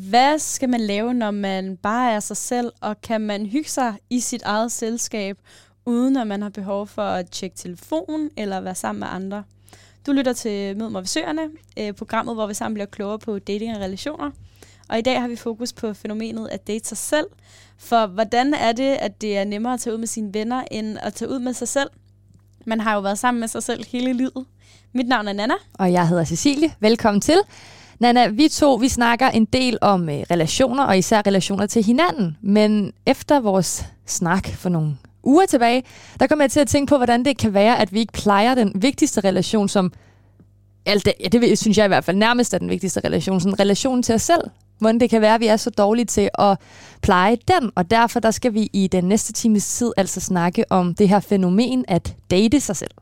Hvad skal man lave, når man bare er sig selv, og kan man hygge sig i sit eget selskab, uden at man har behov for at tjekke telefonen eller være sammen med andre? Du lytter til Mød mig ved Søerne, programmet, hvor vi sammen bliver klogere på dating og relationer. Og i dag har vi fokus på fænomenet at date sig selv. For hvordan er det, at det er nemmere at tage ud med sine venner, end at tage ud med sig selv? Man har jo været sammen med sig selv hele livet. Mit navn er Nana. Og jeg hedder Cecilie. Velkommen til. Nana, vi snakker en del om relationer, og især relationer til hinanden. Men efter vores snak for nogle uger tilbage, der kom jeg til at tænke på, hvordan det kan være, at vi ikke plejer den vigtigste relation, som... det synes jeg i hvert fald nærmest er den vigtigste relation, sådan relationen til os selv. Hvordan det kan være, at vi er så dårlige til at pleje den, og derfor der skal vi i den næste times tid altså snakke om det her fænomen at date sig selv.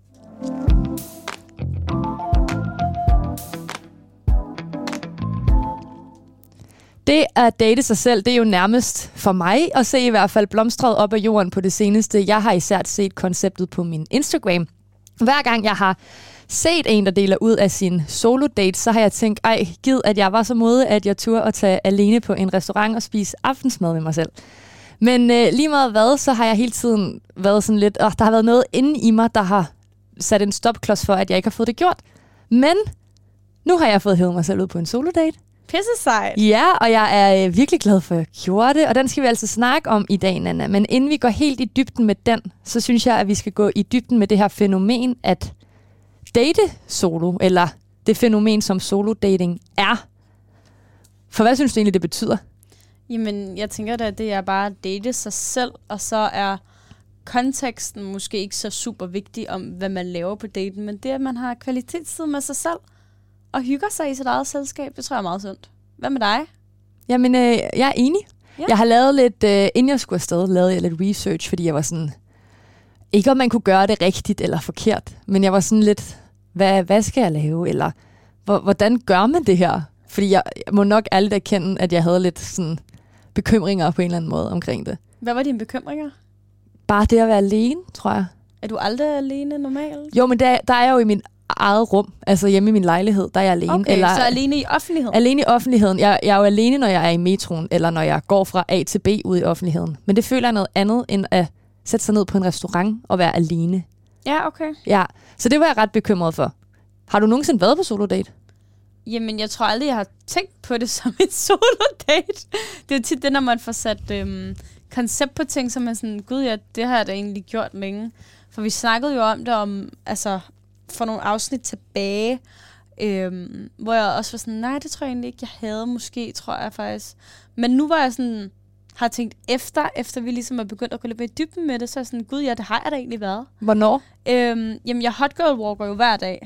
Det at date sig selv, det er jo nærmest for mig at se i hvert fald blomstret op af jorden på det seneste. Jeg har især set konceptet på min Instagram. Hver gang jeg har set en, der deler ud af sin solo-date, så har jeg tænkt, gid, at jeg var så modig, at jeg turde at tage alene på en restaurant og spise aftensmad med mig selv. Men lige meget hvad, så har jeg hele tiden været sådan lidt, der har været noget inde i mig, der har sat en stopklods for, at jeg ikke har fået det gjort. Men nu har jeg fået hævet mig selv ud på en solo-date. Pisse sejt. Ja, og jeg er virkelig glad for, at jeg gjorde det, og den skal vi altså snakke om i dag, Nana. Men inden vi går helt i dybden med den, så synes jeg, at vi skal gå i dybden med det her fænomen at date solo, eller det fænomen, som solo-dating er. For hvad synes du egentlig, det betyder? Jamen, jeg tænker da, at det er bare at date sig selv, og så er konteksten måske ikke så super vigtig om, hvad man laver på daten, men det, at man har kvalitetstid med sig selv, og hygger sig i sit eget selskab, det tror jeg er meget sundt. Hvad med dig? Jamen, jeg er enig. Ja. Jeg har lavet lidt, inden jeg skulle afsted, lavede jeg lidt research, fordi jeg var sådan, ikke om man kunne gøre det rigtigt eller forkert, men jeg var sådan lidt, hvad skal jeg lave, eller hvordan gør man det her? Fordi jeg må nok ærligt erkende, at jeg havde lidt sådan bekymringer på en eller anden måde omkring det. Hvad var dine bekymringer? Bare det at være alene, tror jeg. Er du aldrig alene normalt? Jo, men der er jeg jo i min eget rum, altså hjemme i min lejlighed, der er jeg alene. Okay, så alene i offentligheden? Alene i offentligheden. Jeg er jo alene, når jeg er i metroen, eller når jeg går fra A til B ud i offentligheden. Men det føler jeg noget andet, end at sætte sig ned på en restaurant og være alene. Ja, okay. Ja, så det var jeg ret bekymret for. Har du nogensinde været på solo-date? Jamen, jeg tror aldrig, jeg har tænkt på det som et solo-date. Det er jo tit det, når man får sat koncept på ting, som er sådan, gud ja, det har jeg da egentlig gjort længe. For vi snakkede jo om det for nogle afsnit tilbage, hvor jeg også var sådan, nej, det tror jeg egentlig ikke, jeg havde måske, tror jeg faktisk. Men nu var jeg sådan, har tænkt efter vi ligesom er begyndt at gå lidt mere i dybden med det, så er jeg sådan, gud ja, det har jeg da egentlig været. Hvornår? Jamen, jeg hot girl walker jo hver dag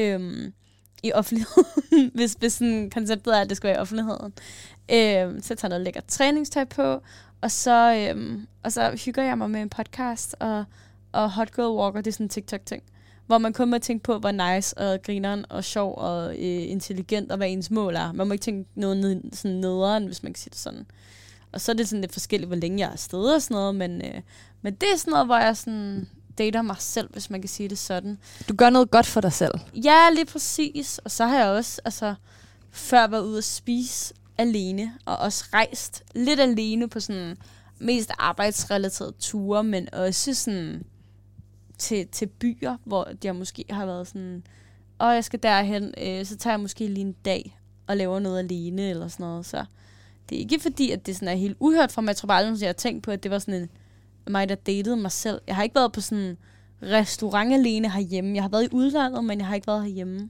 i offentligheden, hvis sådan konceptet er, at det skal være i offentligheden. Så jeg tager noget lækkert træningstøj på, og så hygger jeg mig med en podcast, og hot girl walker, det er sådan en TikTok-ting, hvor man kun må tænke på, hvor nice og grineren og sjov og intelligent og hvad ens mål er. Man må ikke tænke noget sådan nederen, hvis man kan sige det sådan. Og så er det sådan lidt forskelligt, hvor længe jeg er afsted og sådan noget, men det er sådan noget, hvor jeg sådan dater mig selv, hvis man kan sige det sådan. Du gør noget godt for dig selv. Ja, lige præcis. Og så har jeg også før været ude at spise alene, og også rejst lidt alene på sådan mest arbejdsrelaterede ture, men også sådan til byer, hvor jeg måske har været sådan, jeg skal derhen, så tager jeg måske lige en dag og laver noget alene, eller sådan noget. Så det er ikke fordi, at det sådan er helt uhørt for mig. Jeg tror bare aldrig, at jeg har tænkt på, at det var sådan mig, der datede mig selv. Jeg har ikke været på sådan en restaurant alene herhjemme. Jeg har været i udlandet, men jeg har ikke været herhjemme.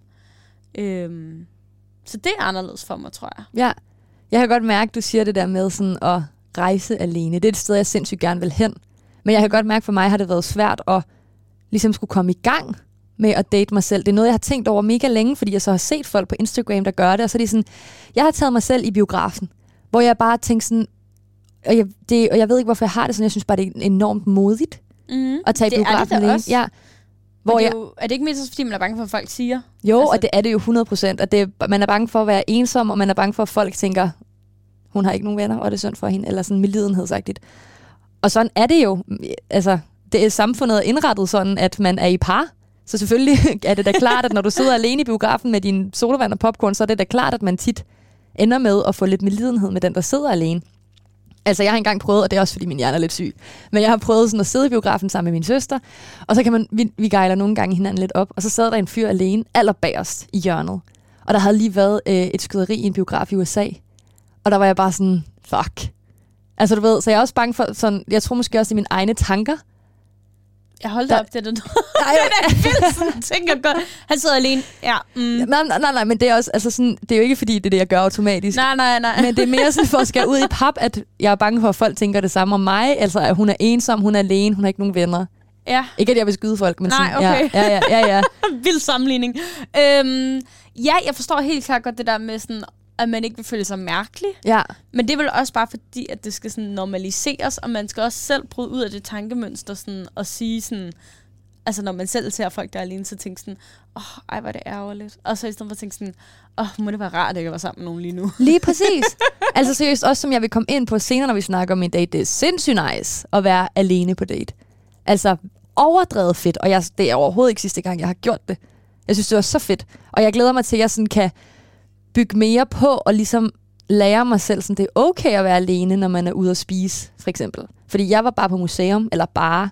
Så det er anderledes for mig, tror jeg. Ja, jeg kan godt mærke, at du siger det der med sådan at rejse alene. Det er et sted, jeg sindssygt gerne vil hen. Men jeg kan godt mærke, at for mig har det været svært at ligesom skulle komme i gang med at date mig selv. Det er noget, jeg har tænkt over mega længe, fordi jeg så har set folk på Instagram, der gør det. Og så er det sådan, jeg har taget mig selv i biografen, hvor jeg bare tænker sådan, og jeg ved ikke, hvorfor jeg har det sådan, jeg synes bare, det er enormt modigt at tage i biografen alene. Ja. Hvor er det ikke mindst, fordi man er bange for, hvad folk siger? Jo, altså, og det er det jo 100%. Og man er bange for at være ensom, og man er bange for, at folk tænker, hun har ikke nogen venner, og det er synd for hende, eller sådan medlidenhedsagtigt. Og sådan er det jo. Altså, det er samfundet indrettet sådan, at man er i par. Så selvfølgelig er det da klart, at når du sidder alene i biografen med din sodavand og popcorn, så er det da klart, at man tit ender med at få lidt medlidenhed med den, der sidder alene. Altså, jeg har engang prøvet, og det er også, fordi min hjerne er lidt syg, men jeg har prøvet sådan at sidde i biografen sammen med min søster, og så kan vi gejler nogle gange hinanden lidt op, og så sad der en fyr alene, allerbagerst i hjørnet. Og der havde lige været et skyderi i en biograf i USA, og der var jeg bare sådan, fuck. Altså, du ved, så jeg er også bange for sådan, jeg tror måske også i mine egne tanker. Jeg holdt op, det er det. Nej, det er sådan, tænker godt. Han sidder alene. Ja. Nej, men det er også, altså sådan, det er jo ikke fordi, det er det, jeg gør automatisk. Nej. Men det er mere sådan for at skære ud i pap, at jeg er bange for, at folk tænker det samme om mig. Altså, at hun er ensom, hun er alene, hun har ikke nogen venner. Ja. Ikke, at jeg vil skyde folk, men nej, sådan, okay. ja. Vild sammenligning. Ja, jeg forstår helt klart godt det der med sådan, at man ikke vil føle sig mærkelig. Ja. Men det er vel også bare fordi, at det skal sådan normaliseres, og man skal også selv bryde ud af det tankemønster sådan, og sige sådan, altså når man selv ser folk, der er alene, så tænker sådan, ej, hvor er det ærgerligt. Og så i stedet for at tænke sådan, må det være rart, at jeg kan være sammen med nogen lige nu. Lige præcis. Altså seriøst, også som jeg vil komme ind på senere, når vi snakker om en date, det er sindssygt nice at være alene på date. Altså overdrevet fedt, og det er overhovedet ikke sidste gang, jeg har gjort det. Jeg synes, det var så fedt. Og jeg glæder mig til, at jeg sådan kan bygge mere på, og ligesom lære mig selv, sådan det er okay at være alene, når man er ude at spise, for eksempel. Fordi jeg var bare på museum, eller bare.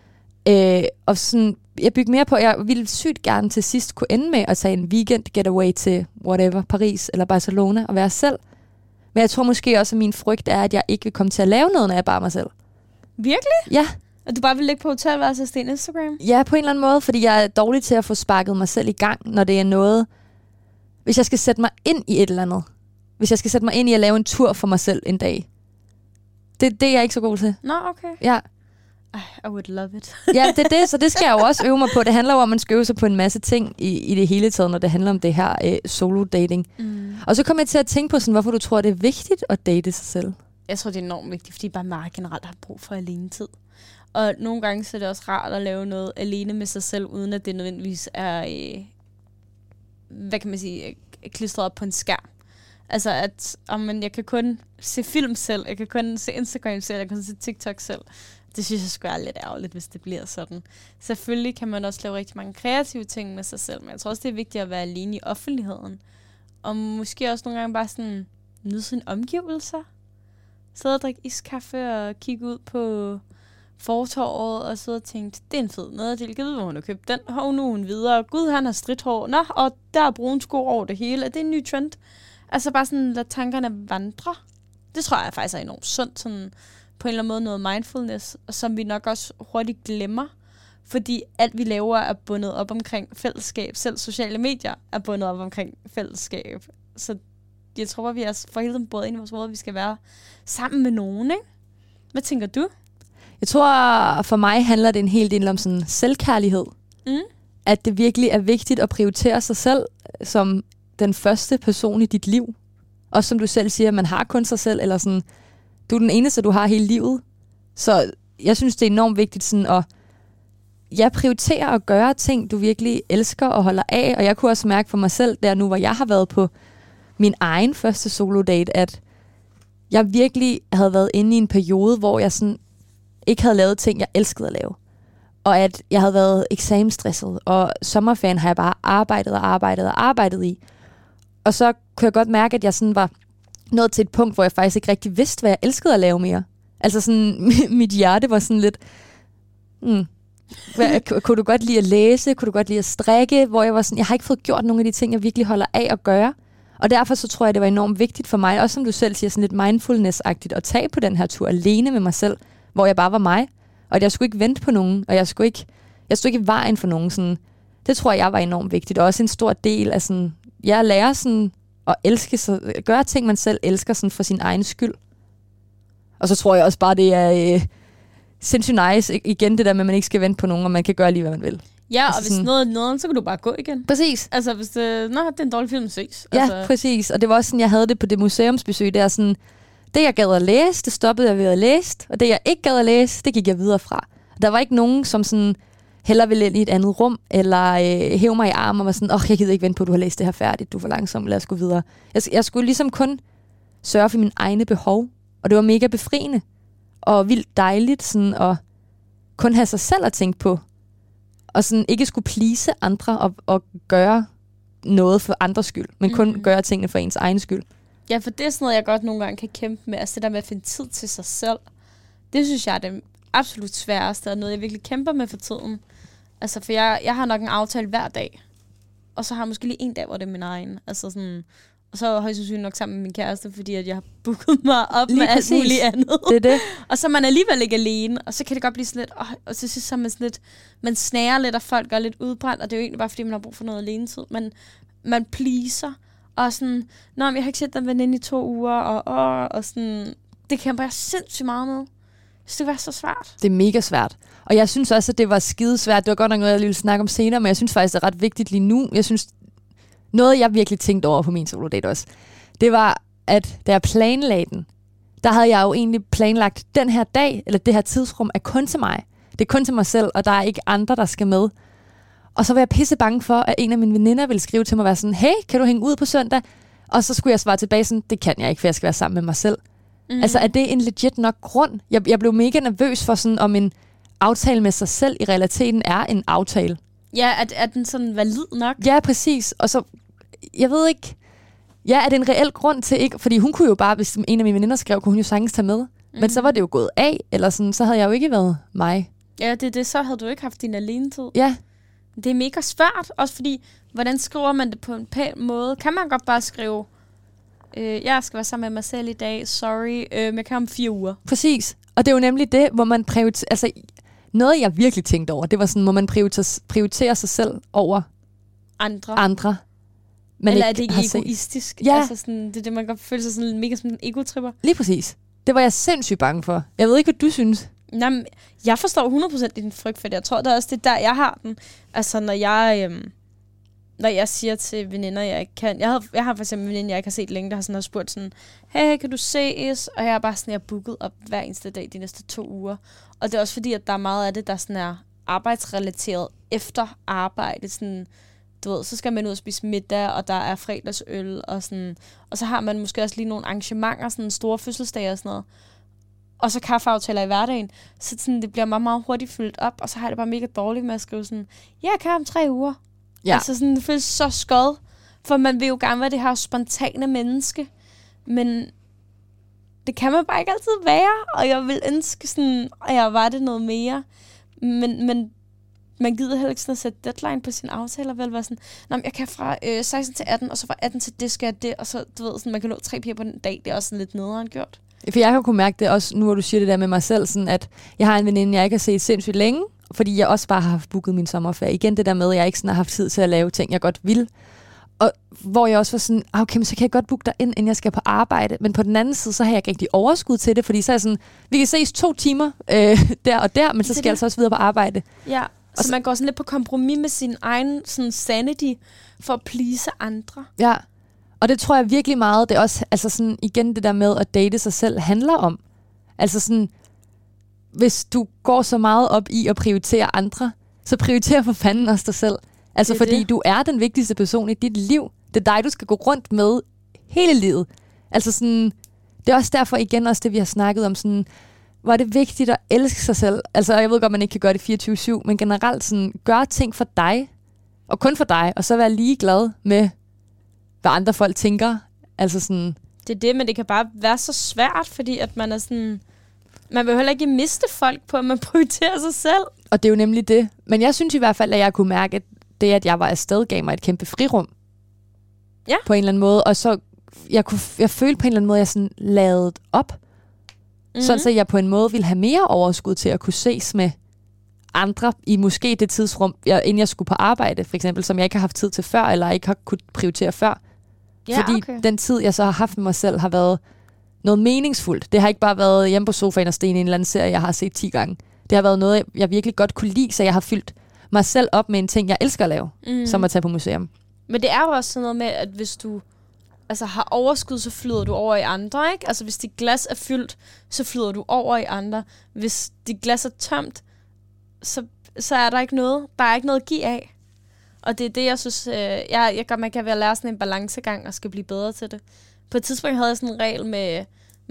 Og sådan, jeg bygger mere på, jeg ville sygt gerne til sidst kunne ende med at tage en weekend getaway til whatever, Paris eller Barcelona, og være selv. Men jeg tror måske også, at min frygt er, at jeg ikke vil komme til at lave noget, når jeg bare er mig selv. Virkelig? Ja. At du bare vil ligge på hotelværelset og stille Instagram? Ja, på en eller anden måde, fordi jeg er dårlig til at få sparket mig selv i gang, når det er noget. Hvis jeg skal sætte mig ind i et eller andet. Hvis jeg skal sætte mig ind i at lave en tur for mig selv en dag. Det er jeg ikke så god til. Nå, okay. Ja. I would love it. Ja, det er det, så det skal jeg jo også øve mig på. Det handler jo om, at man skal øve sig på en masse ting i det hele taget, når det handler om det her solo-dating. Og så kom jeg til at tænke på, sådan, hvorfor du tror, det er vigtigt at date sig selv. Jeg tror, det er enormt vigtigt, fordi bare meget generelt har brug for alene-tid. Og nogle gange så er det også rart at lave noget alene med sig selv, uden at det nødvendigvis er, hvad kan man sige, klistret op på en skærm. Altså at jeg kan kun se film selv, jeg kan kun se Instagram selv, jeg kan kun se TikTok selv. Det synes jeg sgu er lidt ærgerligt, hvis det bliver sådan. Selvfølgelig kan man også lave rigtig mange kreative ting med sig selv, men jeg tror også, det er vigtigt at være alene i offentligheden. Og måske også nogle gange bare sådan nyde sine omgivelser. Sidde og drikke iskaffe og kigge ud på fortorvet og sidde og tænke, det er en fed nederdel. Jeg ved, hvor hun har købt den. Hov, nu er hun videre. Gud, han har stridthår. Nå, og der er brune sko over det hele. Er det en ny trend? Altså bare sådan, lad tankerne vandre. Det tror jeg faktisk er enormt sundt. Sådan på en eller anden måde noget mindfulness, som vi nok også hurtigt glemmer. Fordi alt vi laver er bundet op omkring fællesskab. Selv sociale medier er bundet op omkring fællesskab. Så jeg tror, vi er for hele tiden både ind i vores hoved, at vi skal være sammen med nogen, ikke? Hvad tænker du? Jeg tror, for mig handler det en hel del om sådan selvkærlighed. At det virkelig er vigtigt at prioritere sig selv som den første person i dit liv. Også som du selv siger, man har kun sig selv, eller sådan, du er den eneste, du har hele livet. Så jeg synes, det er enormt vigtigt sådan at prioritere at gøre ting, du virkelig elsker og holder af. Og jeg kunne også mærke for mig selv, der nu, hvor jeg har været på min egen første solo-date, at jeg virkelig havde været inde i en periode, hvor jeg sådan ikke havde lavet ting, jeg elskede at lave. Og at jeg havde været eksamensstresset, og sommerferien har jeg bare arbejdet i. Og så kunne jeg godt mærke, at jeg sådan var nået til et punkt, hvor jeg faktisk ikke rigtig vidste, hvad jeg elskede at lave mere. Altså sådan, mit hjerte var sådan lidt, kunne du godt lide at læse? Kunne du godt lide at strikke? Hvor jeg var sådan, jeg har ikke fået gjort nogle af de ting, jeg virkelig holder af at gøre. Og derfor så tror jeg, det var enormt vigtigt for mig, også som du selv siger, sådan lidt mindfulness-agtigt, at tage på den her tur alene med mig selv, hvor jeg bare var mig. Og jeg skulle ikke vente på nogen, og jeg stod ikke i vejen for nogen. Sådan. Det tror jeg var enormt vigtigt. Og også en stor del af sådan, jeg lærer sådan at elske sig, gøre ting, man selv elsker sådan for sin egen skyld. Og så tror jeg også bare, det er sindssygt nice, igen det der med, at man ikke skal vente på nogen, og man kan gøre lige, hvad man vil. Ja, altså og hvis noget, så kan du bare gå igen. Præcis. Altså, hvis det er en dårlig film, ses. Ja, altså. Præcis. Og det var også sådan, jeg havde det på det museumsbesøg, der sådan, det jeg gad at læse, det stoppede jeg ved at læse, og det jeg ikke gad at læse, det gik jeg videre fra. Der var ikke nogen, som sådan hellere ville ind i et andet rum, eller hæve mig i armen og var sådan, jeg gider ikke vente på, at du har læst det her færdigt, du er for langsom, lad os gå videre. Jeg skulle ligesom kun sørge for mine egne behov, og det var mega befriende, og vildt dejligt sådan at kun have sig selv at tænke på, og sådan ikke skulle please andre og gøre noget for andres skyld, men kun gøre tingene for ens egen skyld. Ja, for det er sådan noget, jeg godt nogle gange kan kæmpe med. Altså det der med at finde tid til sig selv. Det synes jeg er det absolut sværeste, og noget, jeg virkelig kæmper med for tiden. Altså, for jeg har nok en aftale hver dag. Og så har jeg måske lige en dag, hvor det er min egen. Altså sådan... Og så er jeg højst sandsynligt nok sammen med min kæreste, fordi at jeg har booket mig op lige med alt muligt andet. Det er det. Og så er man alligevel ikke alene. Og så kan det godt blive sådan lidt... Og til sidst så er man sådan lidt... Man snærer lidt, og folk er lidt udbrændt. Og det er jo egentlig bare, fordi man har brug for noget alenetid. Men man pleaser. Og sådan... Nå, men jeg har ikke set den veninde i 2 uger. Og sådan... Det kæmper jeg sindssygt meget med. Så det var så svært. Det er mega svært. Og jeg synes også, at det var skidesvært. Det var godt nok noget, jeg lige ville snakke om senere. Men jeg synes faktisk, det er ret vigtigt lige nu. Jeg synes... Noget, jeg virkelig tænkte over på min solodate også, det var, at da jeg planlagde den, der havde jeg jo egentlig planlagt den her dag, eller det her tidsrum, er kun til mig. Det er kun til mig selv, og der er ikke andre, der skal med. Og så var jeg pisse bange for, at en af mine veninder ville skrive til mig og være sådan, hey, kan du hænge ud på søndag? Og så skulle jeg svare tilbage sådan, det kan jeg ikke, for jeg skal være sammen med mig selv. Altså, er det en legit nok grund? Jeg blev mega nervøs for sådan, om en aftale med sig selv i realiteten er en aftale. Ja, er den sådan valid nok? Ja, præcis. Og så, jeg ved ikke, ja, er det en reel grund til ikke, fordi hun kunne jo bare, hvis en af mine veninder skrev, kunne hun jo sagtens tage med. Men så var det jo gået af, eller sådan, så havde jeg jo ikke været mig. Ja, det så havde du ikke haft din alenetid. Ja. Det er mega svært, også fordi, hvordan skriver man det på en pæn måde? Kan man godt bare skrive, jeg skal være sammen med mig selv i dag, sorry, jeg kan om 4 uger. Præcis. Og det er jo nemlig det, hvor man prioriterer, altså noget jeg virkelig tænkte over, det var sådan, hvor man prioriterer sig selv over andre. Eller er det ikke egoistisk? Ja. Altså sådan, det er det, man godt føler sig sådan mega som en egotripper. Lige præcis. Det var jeg sindssygt bange for. Jeg ved ikke, hvad du synes. Jamen, jeg forstår 100% din frygt for det. Jeg tror, det er også det der, jeg har den. Altså, når jeg siger til veninder, jeg ikke kan... Jeg har for eksempel en veninde, jeg ikke har set længe, der har spurgt sådan, hey, kan du ses? Og jeg er bare sådan, jeg er booket op hver eneste dag de næste 2 uger. Og det er også fordi, at der er meget af det, der sådan er arbejdsrelateret efter arbejde. Sådan, du ved, så skal man ud og spise middag, og der er fredagsøl, og sådan... Og så har man måske også lige nogle arrangementer, sådan store fødselsdage og sådan noget. Og så kaffeaftaler i hverdagen. Så sådan, det bliver meget, meget hurtigt fyldt op, og så har jeg det bare mega dårligt med at skrive sådan, ja, jeg kan om 3 uger. Ja. Altså sådan, det føles så skød, for man vil jo gerne være det her spontane menneske, men det kan man bare ikke altid være, og jeg vil ønske sådan, at jeg var det noget mere, men man gider heller ikke sådan at sætte deadline på sine aftaler, vel være sådan, nå, jeg kan fra 16 til 18, og så fra 18 til det skal jeg det, og så, du ved, sådan, man kan nå 3 piger på den dag, det er også sådan lidt nederen gjort. For jeg kan kunne mærke det også, nu hvor du siger det der med mig selv, sådan at jeg har en veninde, jeg ikke har set sindssygt længe, fordi jeg også bare har haft booket min sommerferie. Igen det der med, at jeg ikke sådan har haft tid til at lave ting, jeg godt vil. Og hvor jeg også var sådan, okay, men så kan jeg godt booke dig ind, inden jeg skal på arbejde. Men på den anden side, så har jeg ikke rigtig overskud til det, fordi så er jeg sådan, vi kan ses 2 timer der og der, men så skal jeg altså også videre på arbejde. Ja, så man går sådan lidt på kompromis med sin egen sådan sanity for at please andre. Ja, og det tror jeg virkelig meget, det er også altså sådan, igen det der med at date sig selv handler om. Altså sådan, hvis du går så meget op i at prioritere andre, så prioriterer for fanden også dig selv. Altså fordi du er den vigtigste person i dit liv. Det er dig, du skal gå rundt med hele livet. Altså sådan, det er også derfor igen også det, vi har snakket om, sådan, hvor er det vigtigt at elske sig selv. Altså jeg ved godt, man ikke kan gøre det 24/7, men generelt sådan, gør ting for dig, og kun for dig, og så være ligeglad med, hvad andre folk tænker. Altså sådan... Det er det, men det kan bare være så svært, fordi at man er sådan... Man vil heller ikke miste folk på, at man prioriterer sig selv. Og det er jo nemlig det. Men jeg synes i hvert fald, at jeg kunne mærke, at det, at jeg var afsted, gav mig et kæmpe frirum. Ja. På en eller anden måde. Og så, jeg følte på en eller anden måde, at jeg sådan ladet op. Mm-hmm. Sådan så jeg på en måde ville have mere overskud til at kunne ses med andre i måske det tidsrum, inden jeg skulle på arbejde, for eksempel, som jeg ikke har haft tid til før, eller ikke har kunnet prioritere før. Ja, fordi den tid, jeg så har haft med mig selv, har været noget meningsfuldt. Det har ikke bare været hjemme på sofaen og stene i en eller anden serie, jeg har set 10 gange. Det har været noget, jeg virkelig godt kunne lide, så jeg har fyldt mig selv op med en ting, jeg elsker at lave, som at tage på museum. Men det er jo også sådan noget med, at hvis du har overskud, så flyder du over i andre, ikke? Altså hvis dit glas er fyldt, så flyder du over i andre. Hvis dit glas er tømt, så er der ikke noget. Der er ikke noget at give af. Og det er det, jeg synes, man kan være at lære sådan en balancegang og skal blive bedre til det. På et tidspunkt havde jeg sådan en regel med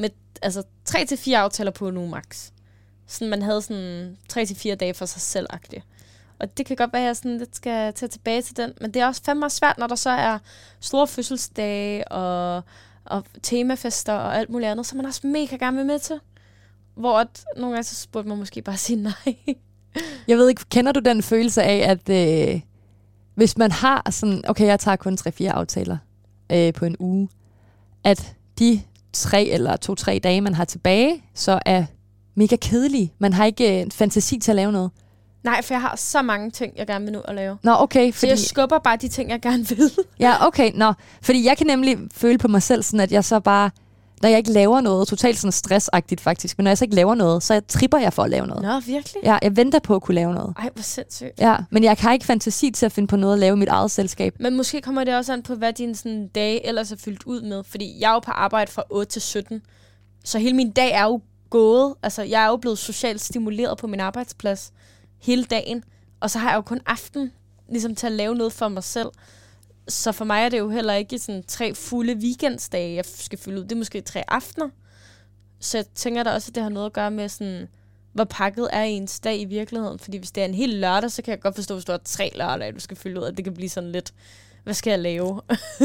3-4 aftaler på en uge max. Sådan, man havde sådan 3-4 dage for sig selv-agtigt. Og det kan godt være, at jeg sådan lidt skal tage tilbage til den. Men det er også fandme svært, når der så er store fødselsdage og og temafester og alt muligt andet, som man også mega gerne vil med til. Hvor at nogle gange så burde man måske bare sige nej. Jeg ved ikke, kender du den følelse af, at hvis man har sådan, okay, jeg tager kun 3-4 aftaler på en uge, at de 3 eller 2-3 dage, man har tilbage, så er mega kedelige. Man har ikke fantasi til at lave noget. Nej, for jeg har så mange ting, jeg gerne vil nå at lave. Nå, okay. Så jeg skubber bare de ting, jeg gerne vil. Ja, okay. Nå, fordi jeg kan nemlig føle på mig selv, sådan at jeg så bare, når jeg ikke laver noget, totalt sådan stressagtigt faktisk, men når jeg så ikke laver noget, så tripper jeg for at lave noget. Nå, virkelig? Ja, jeg venter på at kunne lave noget. Ej, hvor sindssygt. Ja, men jeg har ikke fantasi til at finde på noget at lave i mit eget selskab. Men måske kommer det også an på, hvad din sådan, dage ellers er fyldt ud med. Fordi jeg er jo på arbejde fra 8 til 17. Så hele min dag er jo gået. Altså, jeg er jo blevet socialt stimuleret på min arbejdsplads hele dagen. Og så har jeg jo kun aften ligesom til at lave noget for mig selv. Så for mig er det jo heller ikke sådan 3 fulde weekendsdage, jeg skal fylde ud. Det er måske 3 aftener. Så jeg tænker da også, at det har noget at gøre med, sådan, hvor pakket er ens dag i virkeligheden. Fordi hvis det er en hel lørdag, så kan jeg godt forstå, hvis du har 3 lørdage, du skal fylde ud, at det kan blive sådan lidt, hvad skal jeg lave?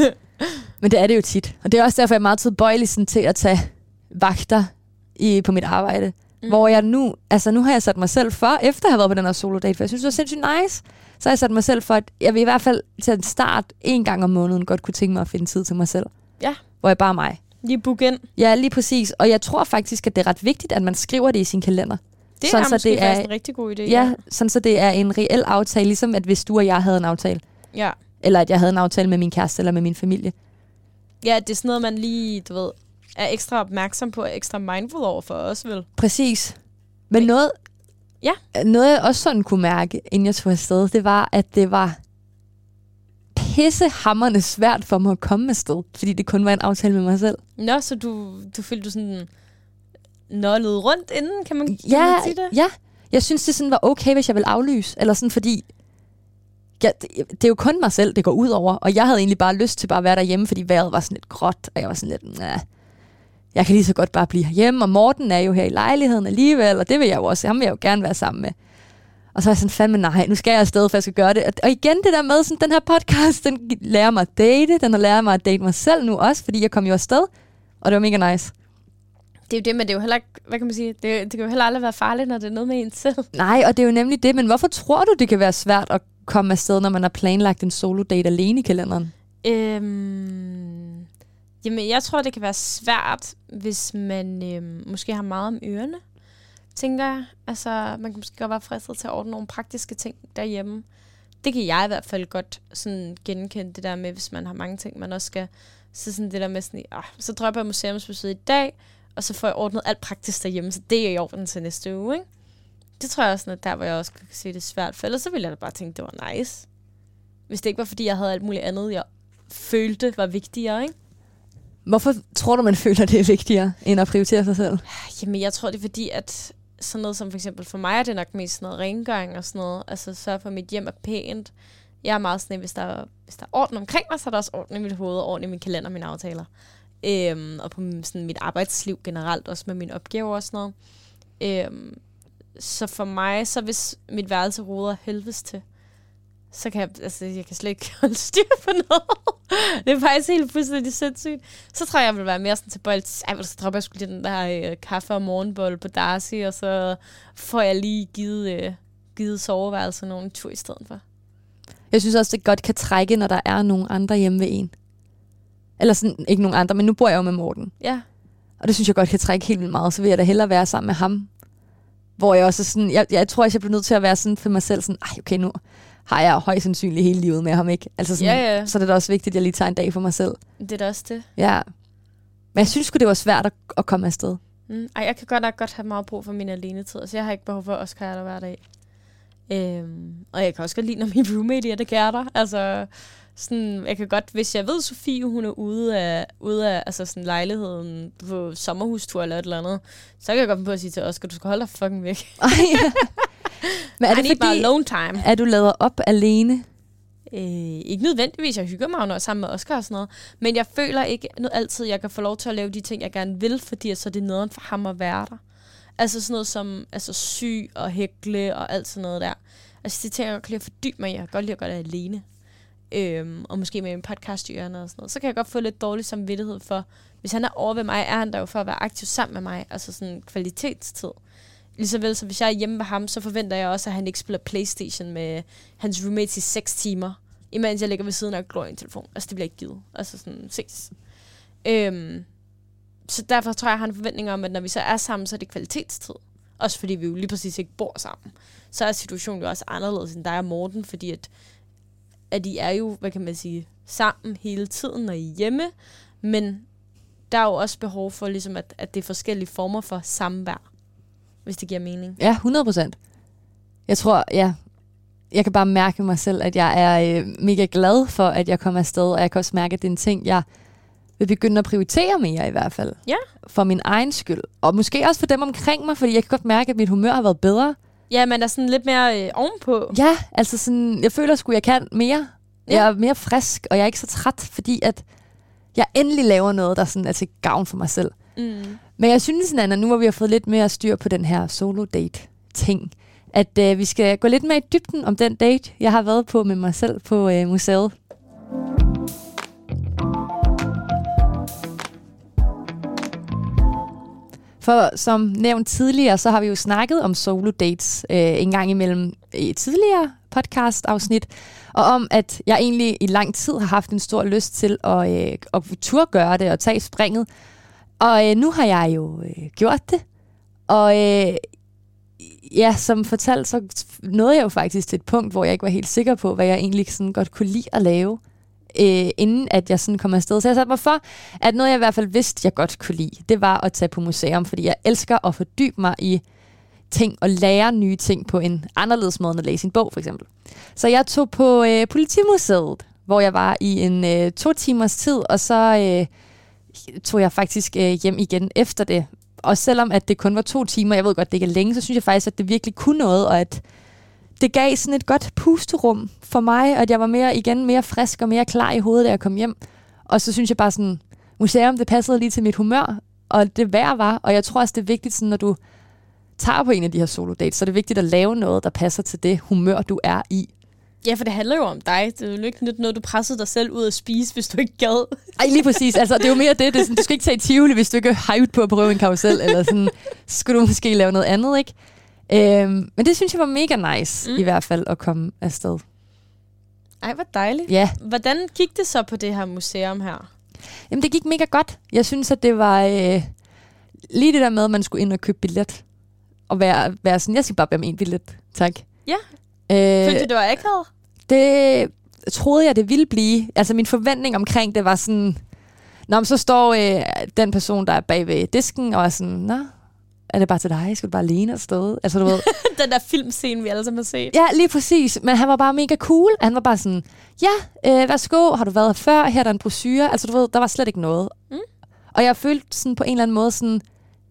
Men det er det jo tit. Og det er også derfor, jeg er meget tilbøjelig sådan, til at tage vagter på mit arbejde. Hvor jeg nu har jeg sat mig selv for, efter at have været på den her solo-date, for jeg synes, det var sindssygt nice, så har jeg sat mig selv for, at jeg vil i hvert fald til en start 1 gang om måneden godt kunne tænke mig at finde tid til mig selv. Ja. Hvor jeg bare er mig. Lige book ind. Ja, lige præcis. Og jeg tror faktisk, at det er ret vigtigt, at man skriver det i sin kalender. Det er måske faktisk en rigtig god idé. Ja, sådan så det er en reel aftale, ligesom at hvis du og jeg havde en aftale. Ja. Eller at jeg havde en aftale med min kæreste eller med min familie. Ja, det er sådan noget, man lige, du ved, er ekstra opmærksom på og ekstra mindful over for os, vel? Præcis. Men noget, jeg også sådan kunne mærke, inden jeg tog afsted, det var, at det var pissehammerende svært for mig at komme afsted, fordi det kun var en aftale med mig selv. Nå, så du følte du sådan nollet rundt inden, kan man sige det? Ja, jeg synes, det sådan var okay, hvis jeg ville aflyse, eller sådan, fordi det er jo kun mig selv, det går ud over, og jeg havde egentlig bare lyst til bare at være derhjemme, fordi vejret var sådan lidt gråt, og jeg var sådan lidt, jeg kan lige så godt bare blive hjemme, og Morten er jo her i lejligheden alligevel, og det vil jeg jo også, ham vil jeg jo gerne være sammen med. Og så er jeg sådan, fandme nej, nu skal jeg afsted, for jeg skal gøre det. Og igen det der med, sådan, den her podcast, den lærer mig at date, den har lært mig at date mig selv nu også, fordi jeg kom jo afsted, og det var mega nice. Det er jo det, men det er jo heller ikke, hvad kan man sige, det kan jo heller aldrig være farligt, når det er noget med en selv. Nej, og det er jo nemlig det, men hvorfor tror du, det kan være svært at komme afsted, når man har planlagt en solo-date alene i kalenderen? Jamen, jeg tror, det kan være svært, hvis man måske har meget om ørerne, tænker jeg. Altså, man kan måske godt være fristet til at ordne nogle praktiske ting derhjemme. Det kan jeg i hvert fald godt sådan genkende, det der med, hvis man har mange ting, man også skal. Så sådan det der med sådan, så dropper jeg museumsbesøg i dag, og så får jeg ordnet alt praktisk derhjemme, så det er i orden til næste uge, ikke? Det tror jeg også, at der, hvor jeg også kan se det svært. For ellers så ville jeg da bare tænke, det var nice. Hvis det ikke var, fordi jeg havde alt muligt andet, jeg følte var vigtigere, ikke? Hvorfor tror du, man føler, det er vigtigere, end at prioritere sig selv? Jamen, jeg tror, det er fordi, at sådan noget som for eksempel for mig, er det nok mest sådan noget rengøring og sådan noget. Altså, sørge for, at mit hjem er pænt. Jeg er meget sådan, hvis der er orden omkring mig, så er der også orden i mit hoved, og orden i min kalender og mine aftaler. Og på sådan mit arbejdsliv generelt, også med mine opgaver og sådan noget. Så for mig, så hvis mit værelse roder helvedes til, så kan jeg kan slet ikke holde styr på noget. Det er faktisk helt fuldstændig sindssygt. Så tror jeg vil være mere sådan tilbøjelig. Så dropper jeg sgu lige den der kaffe og morgenbolle på Darcy, og så får jeg lige givet soveværelset nogle tur i stedet for. Jeg synes også, det godt kan trække, når der er nogen andre hjemme ved en. Eller sådan, ikke nogen andre, men nu bor jeg jo med Morten. Ja. Og det synes jeg godt kan trække helt vildt meget. Så vil jeg da hellere være sammen med ham. Hvor jeg også sådan, jeg tror også, jeg bliver nødt til at være sådan for mig selv, sådan, okay, nu har jeg højst sandsynligt hele livet med ham, ikke? Altså sådan, ja. Så det er da også vigtigt, at jeg lige tager en dag for mig selv. Det er da også det. Ja. Men jeg synes sgu, det var svært at komme afsted. Jeg kan godt have meget brug for min alenetid, så jeg har ikke behov for at Oscar er der hver dag. Og jeg kan også godt lide, når min roommate er det kærter. Altså, sådan, jeg kan godt, hvis jeg ved, Sofie, hun er ude af altså sådan lejligheden på sommerhustur eller et eller andet, så kan jeg godt finde på at sige til Oscar, du skal holde dig fucking væk. Men er det fordi, alone time. Er du lader op alene? Ikke nødvendigvis, jeg hygger mig jo sammen med Oscar og sådan noget, men jeg føler ikke altid, jeg kan få lov til at lave de ting, jeg gerne vil, fordi så er det nederen for ham at være der. Altså sådan noget som sy og hækle og alt sådan noget der. Altså de ting, jeg godt kan lide at fordybe mig i, jeg kan godt lide at gøre det alene. og måske med en podcast i ørerne og sådan noget, så kan jeg godt få lidt dårlig samvittighed for, hvis han er over ved mig, er han der jo for at være aktiv sammen med mig, altså sådan kvalitetstid. Ligesåvel, så hvis jeg er hjemme ved ham, så forventer jeg også, at han ikke spiller PlayStation med hans roommates i 6 timer, imens jeg ligger ved siden af og glor i en telefon. Altså, det bliver ikke givet. Altså sådan, ses. Så derfor tror jeg, at han har forventninger om, at når vi så er sammen, så er det kvalitetstid. Også fordi vi jo lige præcis ikke bor sammen. Så er situationen jo også anderledes end dig og Morten, fordi at I er jo, hvad kan man sige, sammen hele tiden, når I er hjemme. Men der er jo også behov for, ligesom, at det er forskellige former for samvær, hvis det giver mening. Ja, 100%. Jeg tror, jeg kan bare mærke mig selv, at jeg er mega glad for, at jeg kommer afsted, og jeg kan også mærke, at det er en ting, jeg vil begynde at prioritere mere i hvert fald. Ja. For min egen skyld. Og måske også for dem omkring mig, fordi jeg kan godt mærke, at mit humør har været bedre. Ja, man er sådan lidt mere ovenpå. Ja, altså sådan, jeg føler sgu, jeg kan mere. Ja. Jeg er mere frisk, og jeg er ikke så træt, fordi at jeg endelig laver noget, der sådan er til gavn for mig selv. Men jeg synes, Nana, nu hvor vi har fået lidt mere styr på den her solo-date-ting, at vi skal gå lidt mere i dybden om den date, jeg har været på med mig selv på museet. For som nævnt tidligere, så har vi jo snakket om solo-dates en gang imellem i tidligere podcast-afsnit, og om, at jeg egentlig i lang tid har haft en stor lyst til at turde gøre det og tage springet. Og nu har jeg jo gjort det, og ja, som fortalt, så nåede jeg jo faktisk til et punkt, hvor jeg ikke var helt sikker på, hvad jeg egentlig sådan godt kunne lide at lave, inden at jeg sådan kom afsted. Så jeg satte mig for, at noget jeg i hvert fald vidste, jeg godt kunne lide, det var at tage på museum, fordi jeg elsker at fordybe mig i ting og lære nye ting på en anderledes måde end at læse en bog, for eksempel. Så jeg tog på Politimuseet, hvor jeg var i en 2 timers tid, og så tog jeg faktisk hjem igen efter det. Og selvom at det kun var 2 timer, jeg ved godt, det ikke er længe, så synes jeg faktisk, at det virkelig kunne noget, og at det gav sådan et godt pusterum for mig, og at jeg var mere frisk og mere klar i hovedet, da jeg kom hjem. Og så synes jeg bare sådan, museum, det passede lige til mit humør, og det værd var. Og jeg tror også, det er vigtigt, sådan, når du tager på en af de her solo-dates, så er det vigtigt at lave noget, der passer til det humør, du er i. Ja, for det handler jo om dig. Det er jo ikke noget, du pressede dig selv ud at spise, hvis du ikke gad. Ej, lige præcis. Altså, det er jo mere det. Det er sådan, du skal ikke tage i Tivoli, hvis du ikke er hyped på at prøve en karusel, eller sådan, så skulle du måske lave noget andet, ikke? Men det synes jeg var mega nice, i hvert fald, at komme afsted. Ej, hvor dejligt. Ja. Hvordan gik det så på det her museum her? Jamen, det gik mega godt. Jeg synes, at det var lige det der med, at man skulle ind og købe billet. Og være sådan, jeg skal bare være med en billet. Tak. Ja. Følte du, det var akavet? Det troede jeg, det ville blive. Altså, min forventning omkring det var sådan, nå, så står den person, der er bag ved disken, og er sådan, nå, er det bare til dig? Skal du bare alene afsted? Altså, du ved. Den der filmscene, vi alle sammen har set. Ja, lige præcis. Men han var bare mega cool. Han var bare sådan, ja, værsgo, har du været her før? Her er der en brochure. Altså, du ved, der var slet ikke noget. Og jeg følte sådan på en eller anden måde sådan,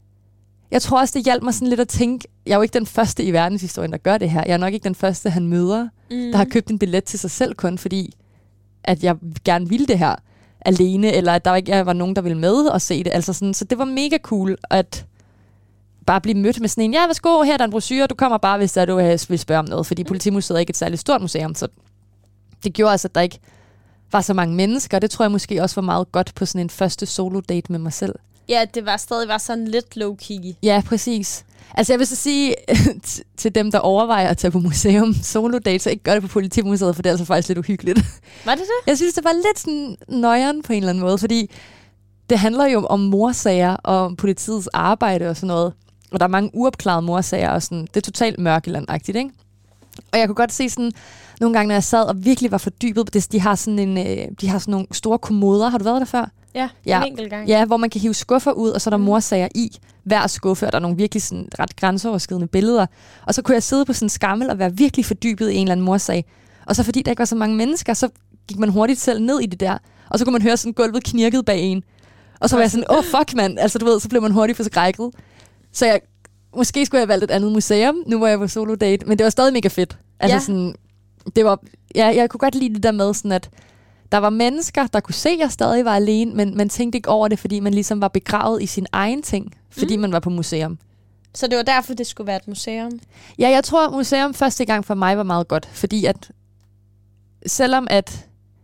jeg tror også, det hjalp mig sådan lidt at tænke, jeg er jo ikke den første i verdenshistorien, der gør det her. Jeg er nok ikke den første, han møder, der har købt en billet til sig selv kun, fordi at jeg gerne ville det her alene, eller at der ikke var nogen, der ville med og se det. Altså sådan, så det var mega cool at bare blive mødt med sådan en, ja, værsgo, her er der en brochure, du kommer bare, hvis du vil spørge om noget, fordi Politimuseet er ikke et særligt stort museum, så det gjorde altså, at der ikke var så mange mennesker. Det tror jeg måske også var meget godt på sådan en første solo-date med mig selv. Ja, det var stadig sådan lidt low-key. Ja, præcis. Altså jeg vil så sige til dem, der overvejer at tage på museum solo-date, så ikke gør det på Politimuseet, for det er altså faktisk lidt uhyggeligt. Var det det? Jeg synes, det var lidt sådan nøjeren på en eller anden måde, fordi det handler jo om mordsager og om politiets arbejde og sådan noget. Og der er mange uopklarede mordsager, og sådan, det er totalt mørkelandagtigt, ikke? Og jeg kunne godt se sådan, nogle gange, når jeg sad og virkelig var fordybet på det, de har sådan nogle store kommoder. Har du været der før? Ja, en enkelt gang. Ja, hvor man kan hive skuffer ud, og så er der mordsager i hver skuffe, og der er nogle virkelig sådan ret grænseoverskridende billeder. Og så kunne jeg sidde på sådan en skammel og være virkelig fordybet i en eller anden mordsag. Og så fordi der ikke var så mange mennesker, så gik man hurtigt selv ned i det der. Og så kunne man høre sådan gulvet knirket bag en. Og så var jeg sådan, fuck mand, altså du ved, så blev man hurtigt forskrækket. Så måske skulle jeg have valgt et andet museum, nu var jeg på solo date, men det var stadig mega fedt. Altså sådan, det var, jeg kunne godt lide det der med sådan, at der var mennesker, der kunne se, at jeg stadig var alene, men man tænkte ikke over det, fordi man ligesom var begravet i sin egen ting, fordi man var på museum. Så det var derfor, det skulle være et museum? Ja, jeg tror, museum første gang for mig var meget godt, fordi at selvom at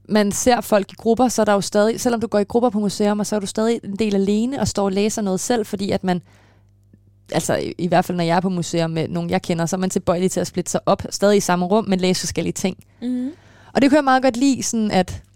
man ser folk i grupper, så er der jo stadig, selvom du går i grupper på museum, og så er du stadig en del alene og står og læser noget selv, fordi at man, altså i hvert fald når jeg er på museum med nogen, jeg kender, så er man tilbøjelig til at splitte sig op, stadig i samme rum, men læse forskellige ting. Mm-hmm. Og det kunne jeg meget godt lide, sådan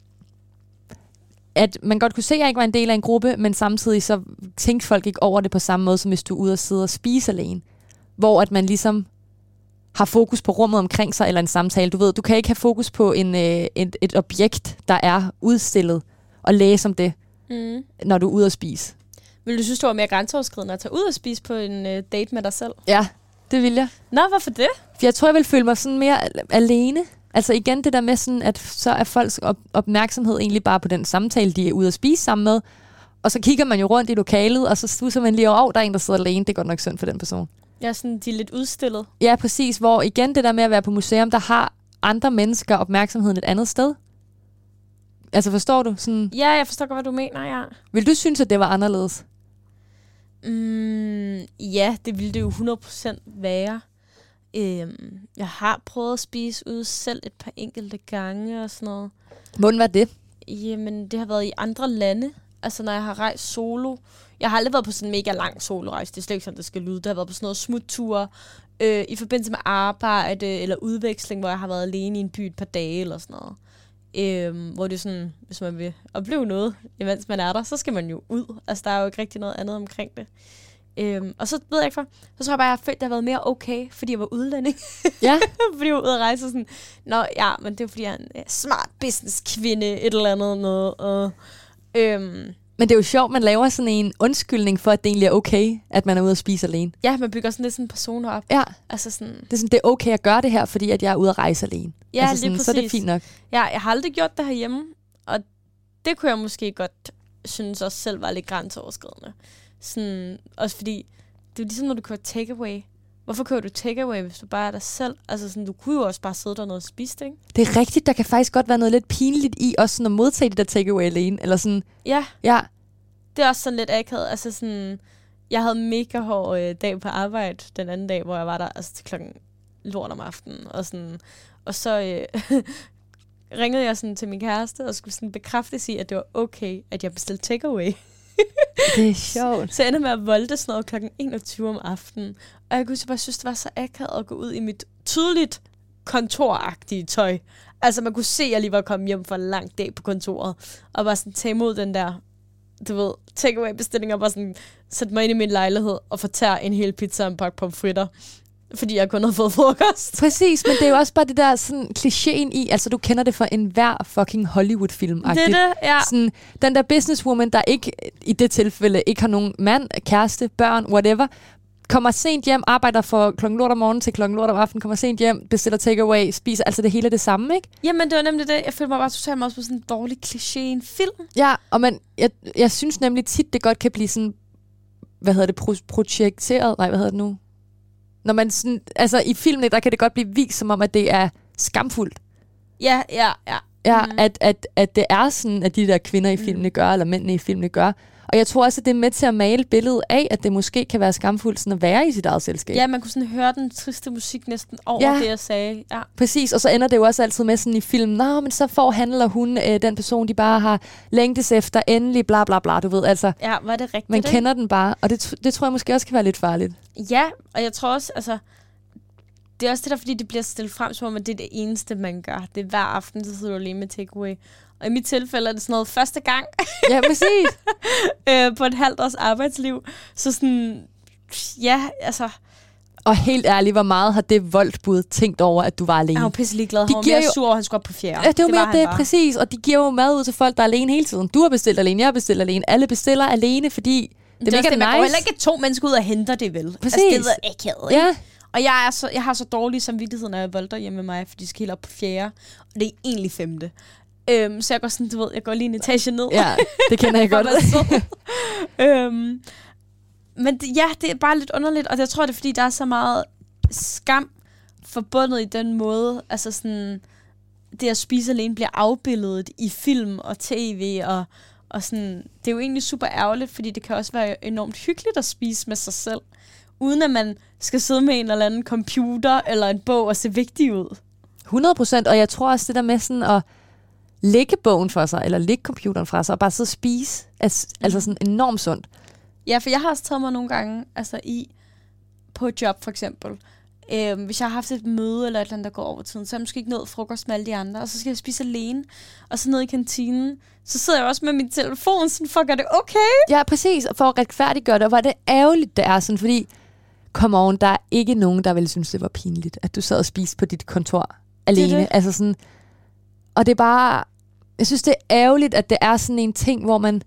at man godt kunne se, at jeg ikke var en del af en gruppe, men samtidig så tænkte folk ikke over det på samme måde, som hvis du er ude og sidde og spise alene. Hvor at man ligesom har fokus på rummet omkring sig, eller en samtale. Du ved, du kan ikke have fokus på et objekt, der er udstillet, og læse om det, når du er ude at spise. Vil du synes, det var mere grænseoverskridende at tage ud og spise på en date med dig selv? Ja, det vil jeg. Nå, hvorfor det? For jeg tror, jeg vil føle mig sådan mere alene. Altså igen det der med sådan, at så er folks opmærksomhed egentlig bare på den samtale, de er ude at spise sammen med. Og så kigger man jo rundt i lokalet, og så stusser man lige over, der er en, der sidder alene. Det er godt nok synd for den person. Ja, sådan, de er lidt udstillet. Ja, præcis. Hvor igen det der med at være på museum, der har andre mennesker opmærksomheden et andet sted. Altså forstår du? Sådan, ja, jeg forstår godt, hvad du mener, ja. Vil du synes, at det var anderledes? Ja, det ville det jo 100% være. Jeg har prøvet at spise ude selv et par enkelte gange og sådan noget. Hvordan var det? Jamen, det har været i andre lande. Altså, når jeg har rejst solo. Jeg har aldrig været på sådan en mega lang solorejse. Det er slet ikke sådan, det skal lyde. Det har været på sådan noget smutture i forbindelse med arbejde eller udveksling, hvor jeg har været alene i en by et par dage eller sådan noget. Hvor det er sådan, hvis man vil opleve noget, imens man er der, så skal man jo ud. Altså, der er jo ikke rigtig noget andet omkring det. Og så ved jeg ikke for, så tror jeg bare, jeg har følt, at det har været mere okay, fordi jeg var udlænding. Ja. Fordi jeg var ude at rejse og sådan, nå ja, men det er fordi, jeg er en smart businesskvinde, et eller andet noget. Men det er jo sjovt, man laver sådan en undskyldning for, at det egentlig er okay, at man er ude at spise alene. Ja, man bygger sådan lidt sådan en persona op. Ja, altså sådan, det er okay at gøre det her, fordi at jeg er ude at rejse alene. Ja, altså sådan, lige præcis. Så er det fint nok. Ja, jeg har aldrig gjort det herhjemme, og det kunne jeg måske godt synes også selv var lidt grænseoverskridende. Sådan, også fordi, det er ligesom, når du kører takeaway. Hvorfor kører du takeaway, hvis du bare er dig selv? Altså sådan, du kunne jo også bare sidde dernede og spise det, ikke? Det er rigtigt, der kan faktisk godt være noget lidt pinligt i også sådan at modtage det der takeaway alene. Eller sådan, ja. Ja. Det er også sådan lidt akavet. Altså sådan, jeg havde mega hård dag på arbejde den anden dag, hvor jeg var der altså til klokken lort om aftenen. Og så ringede jeg sådan til min kæreste og skulle sådan bekræfte i, at det var okay, at jeg bestilte takeaway. Det er sjovt. Så jeg endte med at volde sådan noget klokken 21 om aftenen. Og jeg kunne bare synes, det var så akavet at gå ud i mit tydeligt kontoragtige tøj. Altså man kunne se, at jeg lige var kommet hjem fra en lang dag på kontoret. Og bare sådan tage imod den der, du ved, takeaway-bestilling og bare sådan sætte mig ind i min lejlighed og fortære en hel pizza og en pakke pomfritter. Fordi jeg kun havde fået frokost. Præcis, men det er jo også bare det der sådan klichéen i, altså du kender det fra enhver fucking Hollywood-film. Det er det, ja. Sådan, den der businesswoman, der ikke i det tilfælde ikke har nogen mand, kæreste, børn, whatever, kommer sent hjem, arbejder fra klokken lort om morgenen til klokken lort om aftenen, kommer sent hjem, bestiller takeaway, spiser, altså det hele det samme, ikke? Jamen, det var nemlig det. Jeg følte mig bare totalt også på sådan en dårlig kliché i en film. Ja, og jeg synes nemlig tit, det godt kan blive sådan, projekteret, når man sådan, altså i filmene, der kan det godt blive vist som om, at det er skamfuldt. Ja. Ja, at det er sådan, at de der kvinder i filmene gør, eller mændene i filmene gør. Og jeg tror også, at det er med til at male billedet af, at det måske kan være skamfuldt sådan at være i sit eget selskab. Ja, man kunne sådan høre den triste musik næsten over det, jeg sagde. Ja. Præcis, og så ender det jo også altid med sådan i filmen, men så får han eller hun den person, de bare har længtes efter, endelig, bla bla bla, du ved, altså. Ja, var det rigtigt? Man kender den bare, og det tror jeg måske også kan være lidt farligt. Ja, og jeg tror også, altså, det er også det der, fordi det bliver stillet frem, som om, at det er det eneste, man gør. Det er hver aften, så sidder du alene med takeaway. Og i mit tilfælde er det sådan noget første gang. Ja, præcis. På et halvt års arbejdsliv. Så sådan, ja, altså. Og helt ærligt, hvor meget har det voldbud tænkt over, at du var alene? Jeg var pisselig glad. Han var mere sur, han skulle op på fjerde. Ja, det var mere det, præcis. Og de giver jo mad ud til folk, der er alene hele tiden. Du har bestilt alene, jeg har bestilt alene. Alle bestiller alene, fordi det er mega nice. Man går heller ikke 2 mennesker ud og henter det, vel? Præcis. Altså, det er akavet, ikke? Ja. Og jeg har så dårlig samvittighed, når jeg volder hjemme med mig, fordi de skal helt op på fjerde. Og det er egentlig 5. Så jeg går sådan, du ved, jeg går lige en etage ned. Ja, det kender jeg godt. Men det er bare lidt underligt, og jeg tror, det er, fordi der er så meget skam forbundet i den måde, altså sådan, det at spise alene bliver afbildet i film og tv, og sådan, det er jo egentlig super ærgerligt, fordi det kan også være enormt hyggeligt at spise med sig selv, uden at man skal sidde med en eller anden computer eller en bog og se vigtig ud. 100%, og jeg tror også det der med sådan at lægge bogen for sig, eller lægge computeren fra sig, og bare sidde og spise. Altså sådan enormt sundt. Ja, for jeg har også taget mig nogle gange, altså på et job for eksempel. Hvis jeg har haft et møde eller et eller andet, der går over tiden, så er jeg måske ikke nået frokost med alle de andre, og så skal jeg spise alene, og så ned i kantinen, så sidder jeg også med min telefon, sådan for at gøre det okay. Ja, præcis, og for at retfærdiggøre det, og hvor det ærgerligt, det er sådan, fordi, come on, der er ikke nogen, der ville synes, det var pinligt, at du sad og spiste på dit kontor alene. Det. Altså sådan, og det er bare, jeg synes, det er ærgerligt, at det er sådan en ting, hvor man,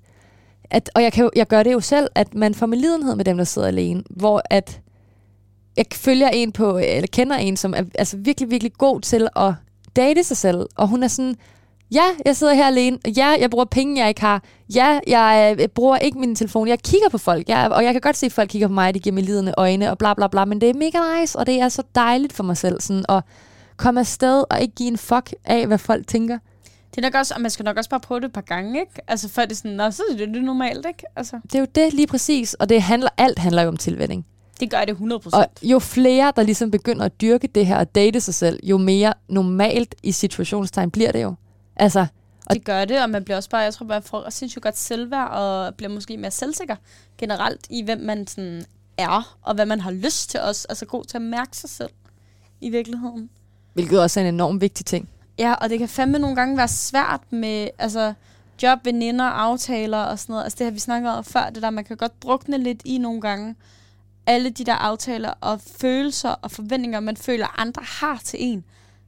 og jeg gør det jo selv, at man får medlidenhed med dem, der sidder alene, hvor at jeg følger en på, eller kender en, som er altså virkelig, virkelig god til at date sig selv, og hun er sådan, ja, jeg sidder her alene, ja, jeg bruger penge, jeg ikke har, ja, jeg bruger ikke min telefon, jeg kigger på folk, og jeg kan godt se, at folk kigger på mig, de giver mig lidende øjne, og bla bla bla, men det er mega nice, og det er så dejligt for mig selv, sådan at komme afsted, og ikke give en fuck af, hvad folk tænker. Det er nok også, og man skal nok også bare prøve det et par gange, ikke? Altså, før det er sådan, nå, så er det normalt, ikke? Altså. Det er jo det lige præcis, og alt handler jo om tilvænning. Det gør det 100%. Og jo flere, der ligesom begynder at dyrke det her og date sig selv, jo mere normalt i situationstegn bliver det jo. Altså, det gør det, og man bliver også bare, jeg tror bare, får sindssygt godt selvværd, og bliver måske mere selvsikker generelt i, hvem man sådan er, og hvad man har lyst til også. Altså god til at mærke sig selv i virkeligheden. Hvilket også er en enormt vigtig ting. Ja, og det kan fandme nogle gange være svært med altså, job, veninder, aftaler og sådan noget. Altså det har vi snakket om før, det der, man kan godt drukne lidt i nogle gange. Alle de der aftaler og følelser og forventninger, man føler, andre har til en.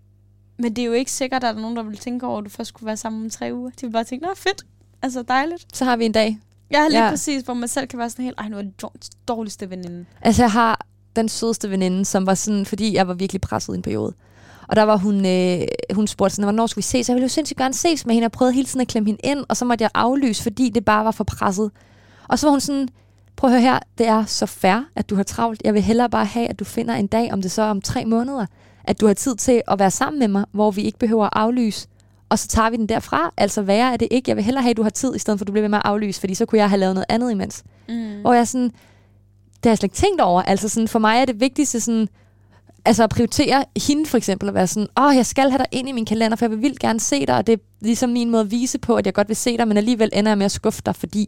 Men det er jo ikke sikkert, at der er nogen, der vil tænke over, at du først skulle være sammen om 3 uger. De vil bare tænke, nå fedt, altså dejligt. Så har vi en dag. Ja, lige præcis, hvor man selv kan være sådan helt, nu er det dårligste veninde. Altså jeg har den sødeste veninde, som var sådan, fordi jeg var virkelig presset i en periode. Og der var hun spurgte sådan, hvornår skulle vi ses? Så jeg ville jo sindssygt gerne ses med hende, og prøvede hele tiden at klemme hende ind, og så måtte jeg aflyse, fordi det bare var for presset. Og så var hun sådan, prøv at høre her, det er så fair, at du har travlt. Jeg vil hellere bare have, at du finder en dag, om det så er om 3 måneder, at du har tid til at være sammen med mig, hvor vi ikke behøver at aflyse, og så tager vi den derfra. Altså værre er det ikke. Jeg vil hellere have, at du har tid, i stedet for at du bliver ved med at aflyse, fordi så kunne jeg have lavet noget andet imens. Hvor jeg sådan, det har jeg slet ikke tænkt over. Altså sådan, for mig er det vigtigste sådan, altså at prioritere hende for eksempel, at være sådan, jeg skal have dig ind i min kalender, for jeg vil vildt gerne se dig, og det er ligesom min måde at vise på, at jeg godt vil se dig, men alligevel ender jeg med at skuffe dig, fordi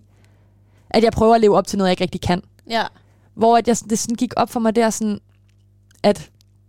at jeg prøver at leve op til noget, jeg ikke rigtig kan. Ja. Hvor at det sådan gik op for mig der, sådan, at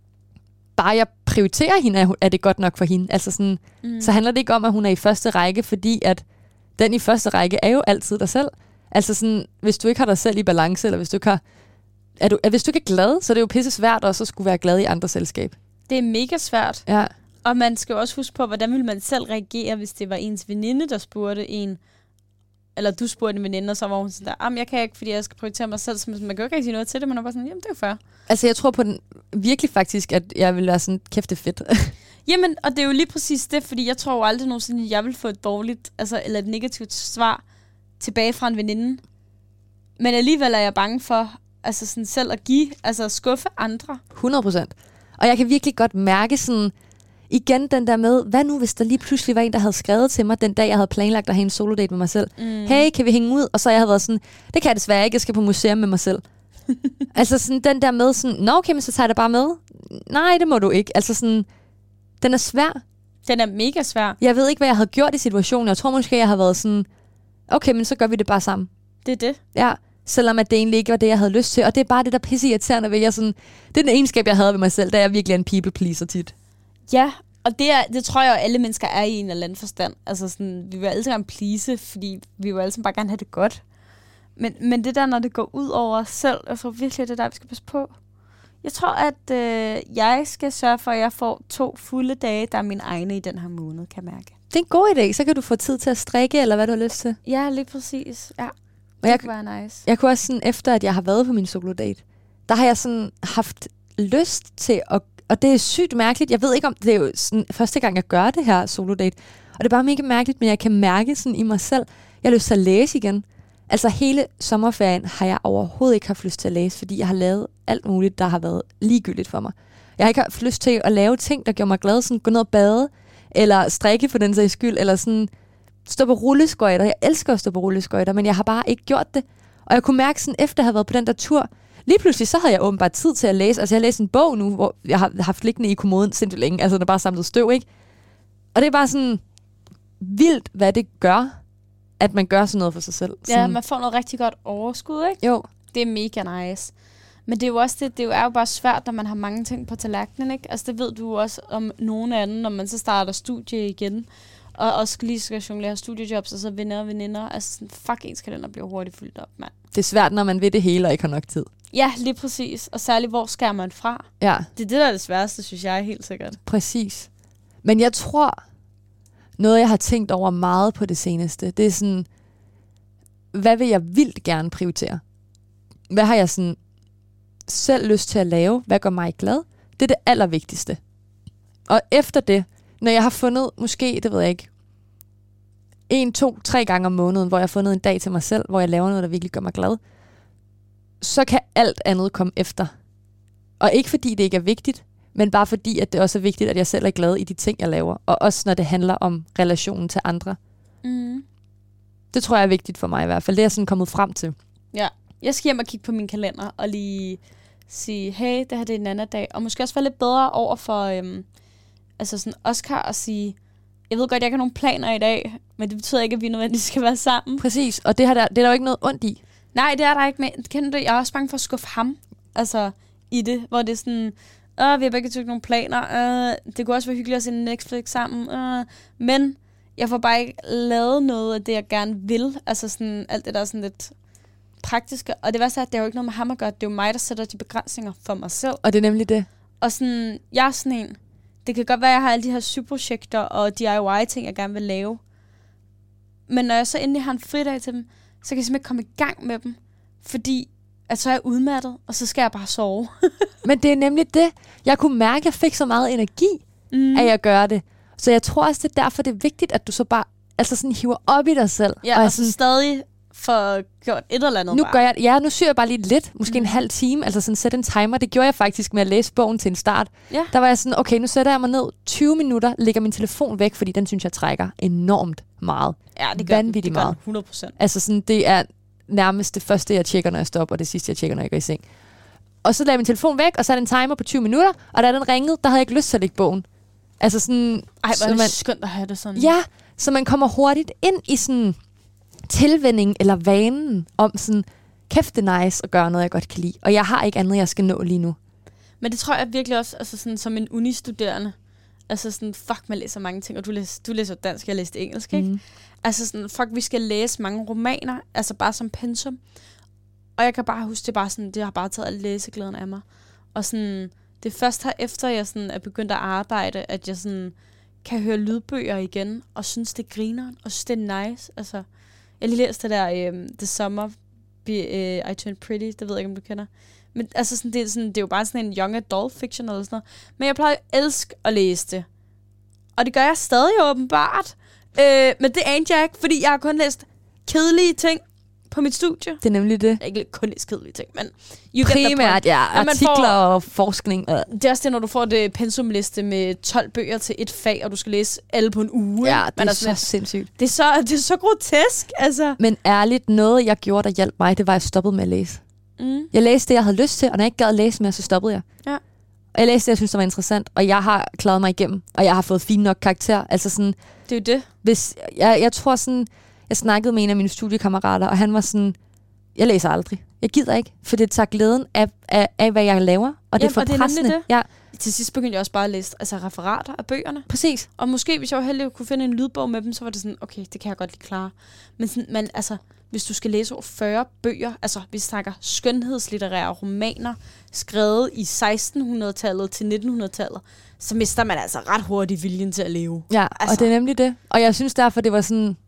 bare jeg prioriterer hende, er det godt nok for hende. Altså sådan, så handler det ikke om, at hun er i første række, fordi at den i første række er jo altid dig selv. Altså sådan, hvis du ikke har dig selv i balance, eller hvis du ikke har, hvis du ikke er glad, så er det jo pisse svært også at skulle være glad i andres selskab. Det er mega svært. Ja. Og man skal jo også huske på, hvordan ville man selv reagere, hvis det var ens veninde, der spurgte en, eller du spurgte en veninde, og så var hun sådan der, jeg kan ikke, fordi jeg skal prioritere mig selv, så man kan jo ikke rigtig sige noget til det, men er bare sådan, jamen det er jo fair. Altså jeg tror på den virkelig faktisk, at jeg vil være sådan, kæft det fedt. Jamen, og det er jo lige præcis det, fordi jeg tror jo aldrig nogensinde, at jeg vil få et dårligt, altså, eller et negativt svar tilbage fra en veninde. Men alligevel er jeg bange for, altså sådan selv at give, altså skuffe andre. 100%. Og jeg kan virkelig godt mærke sådan, igen den der med, hvad nu hvis der lige pludselig var en, der havde skrevet til mig, den dag jeg havde planlagt at have en solodate med mig selv. Hey, kan vi hænge ud? Og så jeg havde været sådan, det kan jeg desværre ikke, jeg skal på museum med mig selv. Altså sådan den der med sådan, nå okay, men så tager jeg dig bare med. Nej, det må du ikke. Altså sådan, den er svær. Den er mega svær. Jeg ved ikke, hvad jeg havde gjort i situationen. Jeg tror måske, jeg havde været sådan, okay, men så gør vi det bare sammen. Det er det. Ja, selvom at det egentlig ikke var det, jeg havde lyst til. Og det er bare det, der pisse irriterende ved. Det er den egenskab, jeg havde ved mig selv, da jeg virkelig er en people pleaser tit. Ja, og det tror jeg jo, alle mennesker er i en eller anden forstand. Altså sådan, vi vil alle sammen please, fordi vi vil alle sammen bare gerne have det godt. Men det der, når det går ud over os selv, jeg tror virkelig, det er der, vi skal passe på. Jeg tror, at jeg skal sørge for, at jeg får 2 fulde dage, der er mine egne i den her måned, kan jeg mærke. Det er en god idé. Så kan du få tid til at strikke, eller hvad du har lyst til. Ja, lige præcis. Ja, det kunne være nice. Jeg kunne også sådan, efter at jeg har været på min solodate, der har jeg sådan haft lyst til at, og det er sygt mærkeligt. Jeg ved ikke om, det er jo sådan første gang, jeg gør det her solodate. Og det er bare mega mærkeligt, men jeg kan mærke sådan i mig selv, jeg har lyst til at læse igen. Altså hele sommerferien har jeg overhovedet ikke haft lyst til at læse, fordi jeg har lavet alt muligt, der har været ligegyldigt for mig. Jeg har ikke haft lyst til at lave ting, der gjorde mig glad, sådan gå ned og bade, eller strikke for den sags skyld, eller sådan stå på rulleskøjter. Jeg elsker at stå på rulleskøjter, men jeg har bare ikke gjort det. Og jeg kunne mærke sådan, efter at have været på den der tur, lige pludselig så havde jeg åbenbart tid til at læse. Altså jeg har læst en bog nu, hvor jeg har haft liggende i kommoden sindssygt længe, altså den er bare samlet støv, ikke? Og det er bare sådan, vildt, hvad det gør, at man gør sådan noget for sig selv. Sådan. Ja, man får noget rigtig godt overskud, ikke? Jo. Det er mega nice. Men det er jo også det er jo bare svært, når man har mange ting på tallerkenen, ikke? Altså det ved du også om nogen anden, når man så starter studie igen, og også lige skal jonglere studiejobs, og så venner og veninder. Altså fuck, ens kalender bliver hurtigt fyldt op, mand. Det er svært, når man vil det hele og ikke har nok tid. Ja, lige præcis. Og særligt, hvor skærer man fra? Ja. Det er det, der er det sværeste, synes jeg, helt sikkert. Præcis. Men jeg tror, noget jeg har tænkt over meget på det seneste, det er sådan, hvad vil jeg vildt gerne prioritere? Hvad har jeg sådan selv lyst til at lave? Hvad gør mig glad? Det er det allervigtigste. Og efter det, når jeg har fundet, måske, det ved jeg ikke, 1, 2, 3 gange om måneden, hvor jeg har fundet en dag til mig selv, hvor jeg laver noget, der virkelig gør mig glad, så kan alt andet komme efter. Og ikke fordi det ikke er vigtigt, men bare fordi, at det også er vigtigt, at jeg selv er glad i de ting, jeg laver. Og også når det handler om relationen til andre. Mm. Det tror jeg er vigtigt for mig i hvert fald. Det er jeg sådan kommet frem til. Ja, jeg skal hjem og kigge på min kalender og lige sige, hey, det her det er en anden dag. Og måske også være lidt bedre over for altså sådan Oscar og sige, jeg ved godt, jeg ikke har nogen planer i dag, men det betyder ikke, at vi nødvendigvis skal være sammen. Præcis, og det er der jo ikke noget ondt i. Nej, det er der ikke. Men kender du, jeg er også bange for at skuffe ham. Altså, i det, hvor det er sådan, vi har begge nogen planer. Det kunne også være hyggeligt at se Netflix sammen. Men jeg får bare ikke lavet noget af det, jeg gerne vil. Altså sådan, alt det der er sådan lidt praktiske. Og det værste er, at det er jo ikke noget med ham at gøre. Det er jo mig, der sætter de begrænsninger for mig selv. Og det er nemlig det. Og sådan, jeg er sådan en, det kan godt være, at jeg har alle de her syprojekter og DIY-ting, jeg gerne vil lave. Men når jeg så endelig har en fridag til dem, så kan jeg simpelthen ikke komme i gang med dem. Fordi at så er jeg udmattet, og så skal jeg bare sove. Men det er nemlig det. Jeg kunne mærke, at jeg fik så meget energi, at jeg gør det. Så jeg tror også, det er derfor, det er vigtigt, at du så bare altså sådan hiver op i dig selv. Ja, og sådan, så stadig får gjort et eller andet nu bare. gør jeg, nu syr jeg bare lige lidt, måske en halv time, altså sådan sætte en timer. Det gjorde jeg faktisk med at læse bogen til en start. Ja. Der var jeg sådan, okay, nu sætter jeg mig ned 20 minutter, lægger min telefon væk, fordi den synes jeg trækker enormt meget. Ja, det gør vanvittigt det meget. Den, 100%. Altså sådan, det er nærmest det første, jeg tjekker, når jeg står op, og det sidste, jeg tjekker, når jeg går i seng. Og så lagde jeg min telefon væk, og satte en timer på 20 minutter, og da den ringede, der havde jeg ikke lyst til at lægge bogen. Altså sådan... Ej, hvor er det skønt at have det sådan. Ja, så man kommer hurtigt ind i sådan tilvænning eller vanen om sådan, kæft det er nice at gøre noget, jeg godt kan lide. Og jeg har ikke andet, jeg skal nå lige nu. Men det tror jeg virkelig også, altså sådan, som en unistuderende, altså sådan, fuck, man læser mange ting, og du læser dansk, jeg læste engelsk, ikke? Altså sådan, fuck, vi skal læse mange romaner, altså bare som pensum. Og jeg kan bare huske, det bare sådan, det har bare taget al læseglæden af mig. Og sådan, det er først her efter, jeg sådan er begyndt at arbejde, at jeg sådan kan høre lydbøger igen, og synes, det griner, og synes, det er nice. Altså, jeg lige læste det der, The Summer, I Turned Pretty, det ved jeg ikke, om du kender. Men altså, sådan, det er jo bare sådan en young adult fiction eller sådan noget. Men jeg plejer at elske at læse det. Og det gør jeg stadig åbenbart. Men det anede jeg ikke, fordi jeg har kun læst kedelige ting på mit studie. Det er nemlig det. Jeg har ikke kun læst kedelige ting, men... Primært, ja. Artikler og forskning. Det er også det, når du får det pensumliste med 12 bøger til et fag, og du skal læse alle på en uge. Ja, det er så sindssygt. Det er så grotesk, altså. Men ærligt, noget jeg gjorde, der hjalp mig, det var, at jeg stoppede med at læse. Jeg læste det, jeg havde lyst til, og når jeg ikke gad at læse mere, så stoppede jeg. Ja. Og jeg læste det, jeg synes, det var interessant, og jeg har klaret mig igennem, og jeg har fået fin nok karakter. Altså sådan... Det er jo det. Hvis, jeg tror sådan... Jeg snakkede med en af mine studiekammerater, og han var sådan, jeg læser aldrig. Jeg gider ikke, for det tager glæden af hvad jeg laver, og det er for pressende. Det. Ja. Til sidst begyndte jeg også bare at læse referater af bøgerne. Præcis. Og måske, hvis jeg var heldig kunne finde en lydbog med dem, så var det sådan, okay, det kan jeg godt lige klare. Men altså, hvis du skal læse over 40 bøger, altså vi snakker skønhedslitterære romaner, skrevet i 1600-tallet til 1900-tallet, så mister man altså ret hurtigt viljen til at leve. Ja, altså. Og det er nemlig det. Og jeg synes derfor, det var sådan...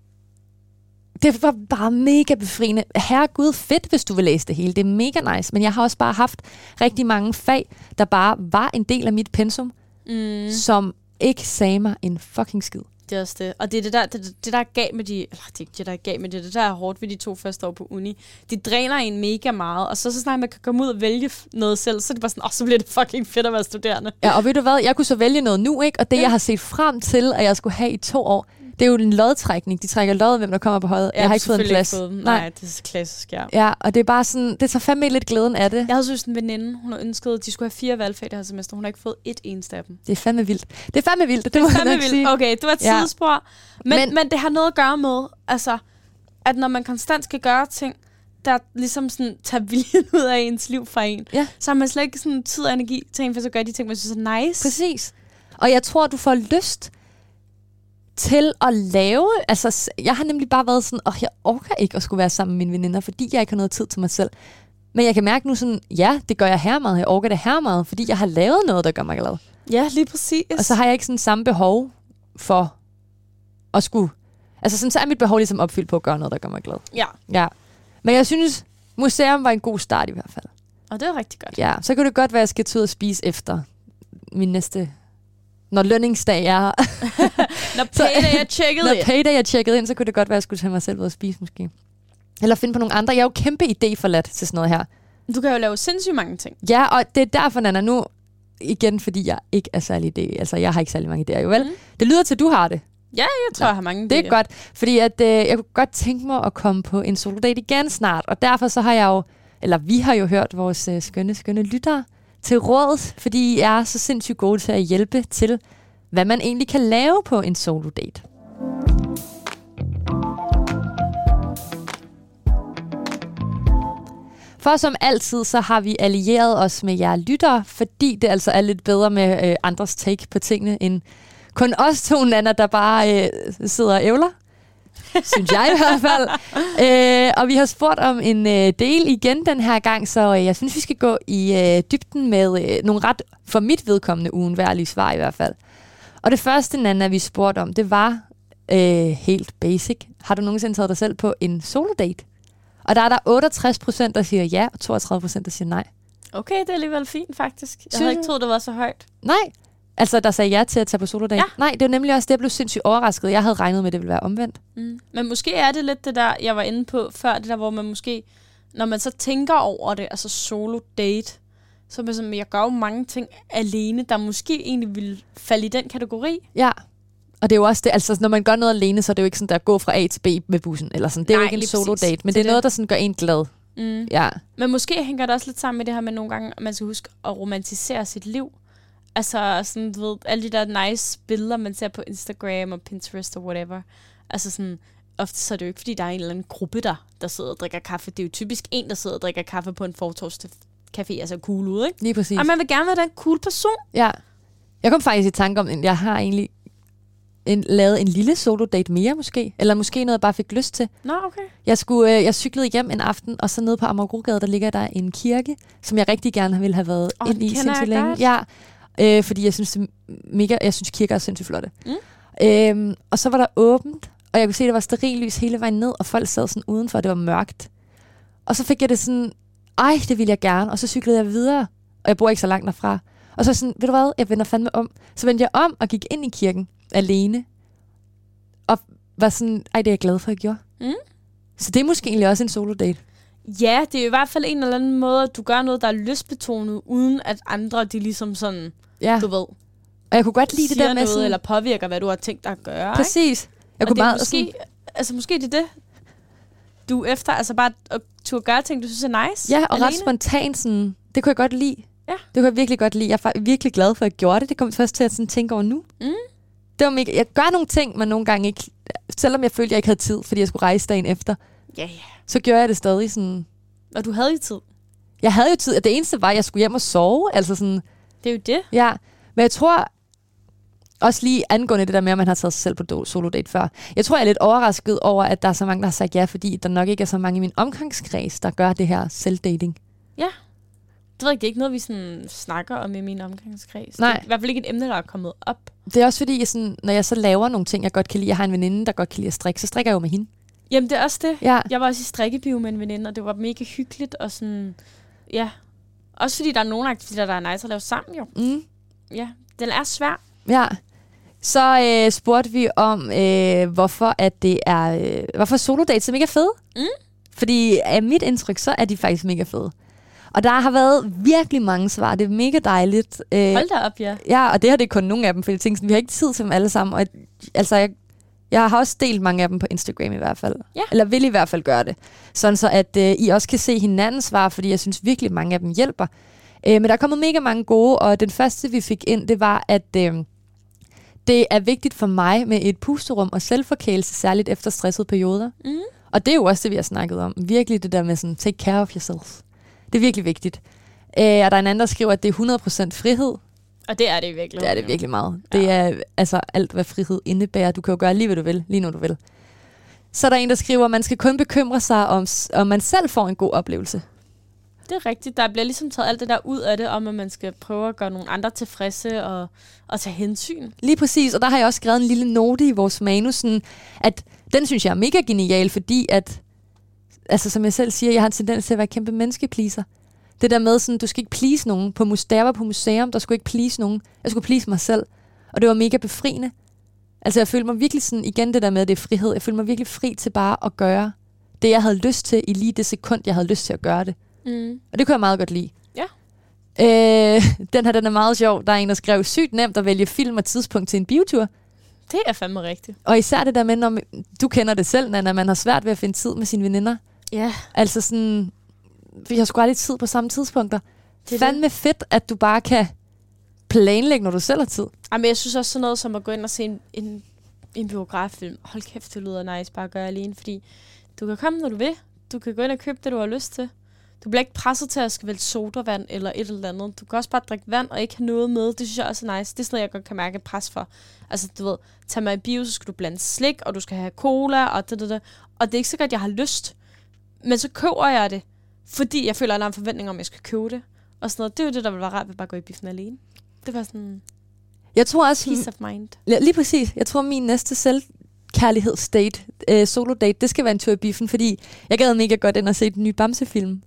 Det var bare mega befriende. Herregud, fedt, hvis du vil læse det hele. Det er mega nice. Men jeg har også bare haft rigtig mange fag, der bare var en del af mit pensum, som ikke sagde mig en fucking skid. Det er også det. Og det er det der er galt med de... Eller det er ikke det, der er galt med det der er hårdt ved de 2 første år på uni. De dræner en mega meget. Og så snart man kan komme ud og vælge noget selv, så er det bare sådan, så bliver det fucking fedt at være studerende. Ja, og ved du hvad? Jeg kunne så vælge noget nu, ikke? Og det, jeg har set frem til, at jeg skulle have i 2 år, Det er jo en lodtrækning. De trækker lod, hvem der kommer på højde. Jeg har ikke fået en plads. Nej, det er så klassisk, ja. Ja, og det er bare sådan, det tager fandme lidt glæden af det. Jeg havde synes en veninde, hun har ønsket, at de skulle have 4 valgfag det her semester. Hun har ikke fået et eneste af dem. Det er fandme vildt. Det må jeg nok sige. Okay, det var et sidespor. Men det har noget at gøre med, altså, at når man konstant skal gøre ting, der ligesom sådan tager viljen ud af ens liv fra en, så har man slet ikke sådan tid og energi til en, for så gør de ting, man synes er nice. Præcis. Og jeg tror, du får lyst til at lave... Altså, jeg har nemlig bare været sådan, jeg orker ikke at skulle være sammen med mine veninder, fordi jeg ikke har noget tid til mig selv. Men jeg kan mærke nu sådan, det gør jeg her meget. Jeg orker det her meget, fordi jeg har lavet noget, der gør mig glad. Ja, lige præcis. Og så har jeg ikke sådan samme behov for at skulle... Altså, sådan, så er mit behov ligesom opfyldt på at gøre noget, der gør mig glad. Ja. Men jeg synes, museum var en god start i hvert fald. Og det var rigtig godt. Ja, så kunne det godt være, at jeg skal ud og spise efter min næste... Når lønningsdag er... Når payday er tjekket ind. Så kunne det godt være, at jeg skulle tage mig selv ud og spise måske. Eller finde på nogle andre. Jeg er jo kæmpe idé forladt til sådan noget her. Du kan jo lave sindssygt mange ting. Ja, og det er derfor, Nana, nu... Igen, fordi jeg ikke er særlig idé. Altså, jeg har ikke særlig mange idéer, jo vel? Det lyder til, at du har det. Ja, jeg tror, jeg har mange idéer. Det er godt, fordi at, jeg kunne godt tænke mig at komme på en solodate igen snart. Og derfor så har jeg jo... Eller vi har jo hørt vores skønne lyttere til råd, fordi I er så sindssygt gode til at hjælpe til, hvad man egentlig kan lave på en solo-date. For som altid, så har vi allieret os med jer lyttere, fordi det altså er lidt bedre med andres take på tingene, end kun os to, Nana, der bare sidder og ævler. Synes jeg i hvert fald. Og vi har spurgt om en del igen den her gang, så jeg synes, vi skal gå i dybden med nogle ret, for mit vedkommende, uundværlige svar i hvert fald. Og det første, Nana, vi spurgte om, det var helt basic. Har du nogensinde taget dig selv på en solo-date? Og der er der 68%, der siger ja, og 32%, der siger nej. Okay, det er alligevel fint, faktisk. Jeg havde ikke troet, det var så højt. Nej. Altså, der sagde ja til at tage på solodate? Ja. Nej, det var nemlig også det, jeg blev sindssygt overrasket. Jeg havde regnet med, at det ville være omvendt. Men måske er det lidt det der, jeg var inde på før, det der, hvor man måske, når man så tænker over det, altså solodate, så er man sådan, jeg gør jo mange ting alene, der måske egentlig ville falde i den kategori. Ja, og det er jo også det, altså når man gør noget alene, så er det jo ikke sådan, der går fra A til B med bussen, eller sådan. Det er jo ikke en solodate, men det er noget, der sådan gør en glad. Ja. Men måske hænger det også lidt sammen med det her med nogle gange, at man skal huske at romantisere sit liv. Altså sådan, du ved, alle de der nice billeder, man ser på Instagram og Pinterest og whatever. Altså sådan, ofte så er det jo ikke, fordi der er en eller anden gruppe, der sidder og drikker kaffe. Det er jo typisk en, der sidder og drikker kaffe på en fortovscafé, altså cool ud, ikke? Lige præcis. Og man vil gerne være den cool person. Ja. Jeg kom faktisk i tanke om, at jeg har egentlig lavet en lille solo-date mere, måske. Eller måske noget, jeg bare fik lyst til. Nå, okay. Jeg cyklede hjem en aften, og så nede på Amagerbrogade, der ligger der en kirke, som jeg rigtig gerne ville have været ind i sindssygt længe. Ja. Fordi jeg synes, kirker er sindssygt flotte. Og så var der åbent, og jeg kunne se, at der var stearinlys hele vejen ned, og folk sad sådan udenfor, og det var mørkt. Og så fik jeg det sådan, det ville jeg gerne, og så cyklede jeg videre, og jeg bor ikke så langt derfra. Og så sådan, ved du hvad, jeg vender fandme om. Så vendte jeg om og gik ind i kirken alene, og var sådan, det er jeg glad for, at jeg gjorde. Så det er måske egentlig også en solo-date. Ja, det er i hvert fald en eller anden måde, at du gør noget, der er lystbetonet, uden at andre, de ligesom sådan, du ved, og jeg kunne godt lide det der med noget, sådan, eller påvirker, hvad du har tænkt dig at gøre. Præcis. Jeg kunne bare måske det er det, du efter, altså bare at turde gøre ting, du synes er nice. Ja, og alene. Ret spontant sådan, det kunne jeg godt lide. Ja. Det kunne jeg virkelig godt lide. Jeg er virkelig glad for, at jeg gjorde det. Det kom først til at sådan tænke over nu. Det var mega. Jeg gør nogle ting, men nogle gange ikke, selvom jeg følte, jeg ikke havde tid, fordi jeg skulle rejse dagen efter. Ja. Så gjorde jeg det stadig sådan. Og du havde jo tid. Jeg havde jo tid. Det eneste var, at jeg skulle hjem og sove. Altså sådan. Det er jo det. Ja, men jeg tror også lige angående det der med, at man har taget sig selv på solo-date før. Jeg tror, jeg er lidt overrasket over, at der er så mange, der har sagt ja, fordi der nok ikke er så mange i min omgangskreds, der gør det her selvdating. Ja. Det ved ikke, det er ikke noget, vi sådan snakker om i min omgangskreds. Nej. Det er i hvert fald ikke et emne, der er kommet op. Det er også fordi, når jeg så laver nogle ting, jeg godt kan lide. Jeg har en veninde, der godt kan lide at strikke, så strikker jeg jo med hende. Jamen, det er også det. Ja. Jeg var også i strikkebio med en veninde, og det var mega hyggeligt. Og sådan, ja. Også fordi der er nogle aktiviteter, der er nice at lave sammen, jo. Ja, den er svær. Ja. Så spurgte vi om, hvorfor solo-dates er mega fede. Fordi af mit indtryk, så er de faktisk mega fede. Og der har været virkelig mange svar. Det er mega dejligt. Hold da op, ja. Ja, og det her det er kun nogle af dem, for jeg tænker, vi har ikke tid til dem alle sammen. Og, altså, Jeg har også delt mange af dem på Instagram i hvert fald. Ja. Eller vil i hvert fald gøre det. Sådan så, at I også kan se hinandens svar, fordi jeg synes virkelig, mange af dem hjælper. Men der er kommet mega mange gode, og den første, vi fik ind, det var, at det er vigtigt for mig med et pusterum og selvforkælelse, særligt efter stressede perioder. Mm. Og det er jo også det, vi har snakket om. Virkelig det der med sådan, take care of yourself. Det er virkelig vigtigt. Og der er en anden, der skriver, at det er 100% frihed. Og det er det virkelig. Det er det virkelig meget. Ja. Det er altså alt, hvad frihed indebærer. Du kan jo gøre lige, hvad du vil, lige når du vil. Så er der en, der skriver, at man skal kun bekymre sig om man selv får en god oplevelse. Det er rigtigt. Der bliver ligesom taget alt det der ud af det, om at man skal prøve at gøre nogle andre tilfredse og tage hensyn. Lige præcis, og der har jeg også skrevet en lille note i vores manus, sådan, at den synes jeg er mega genial, fordi at, altså som jeg selv siger, jeg har en tendens til at være kæmpe menneskepleaser. Det der med sådan, du skal ikke please nogen. Da jeg var på museum, der skulle ikke please nogen. Jeg skulle please mig selv. Og det var mega befriende. Altså jeg følte mig virkelig sådan, igen det der med, at det er frihed. Jeg følte mig virkelig fri til bare at gøre det, jeg havde lyst til, i lige det sekund, jeg havde lyst til at gøre det. Mm. Og det kunne jeg meget godt lide. Ja. Den er meget sjov. Der er en, der skrev, sygt nemt at vælge film og tidspunkt til en biotur. Det er fandme rigtigt. Og især det der med, når du kender det selv, Nana, man har svært ved at finde tid med sine veninder. Ja. Altså sådan, vi har sgu aldrig tid på samme tidspunkter. Det er fandme fedt, at du bare kan planlægge, når du selv har tid. Men jeg synes også sådan noget som at gå ind og se en biograffilm. Hold kæft, det lyder nice bare at gøre alene, fordi du kan komme, når du vil. Du kan gå ind og købe det, du har lyst til. Du bliver ikke presset til at skal vælge sodavand eller et eller andet. Du kan også bare drikke vand og ikke have noget med. Det synes jeg også er nice. Det er sådan noget, jeg godt kan mærke et pres for. Altså, du ved, tag mig i bio, så skal du blande slik, og du skal have cola, og det. Og det er ikke så godt, jeg har lyst. Men så køber jeg det, fordi jeg føler, at der er en forventning om, at jeg skal købe det. Og sådan noget. Det er jo det, der vil være rart ved bare at gå i biffen alene. Det var sådan... Jeg tror også... Peace of mind. Ja, lige præcis. Jeg tror, min næste selvkærlighedsdate, solo-date, det skal være en tur i biffen, fordi jeg gad mega godt ind og se den nye Bamse-film.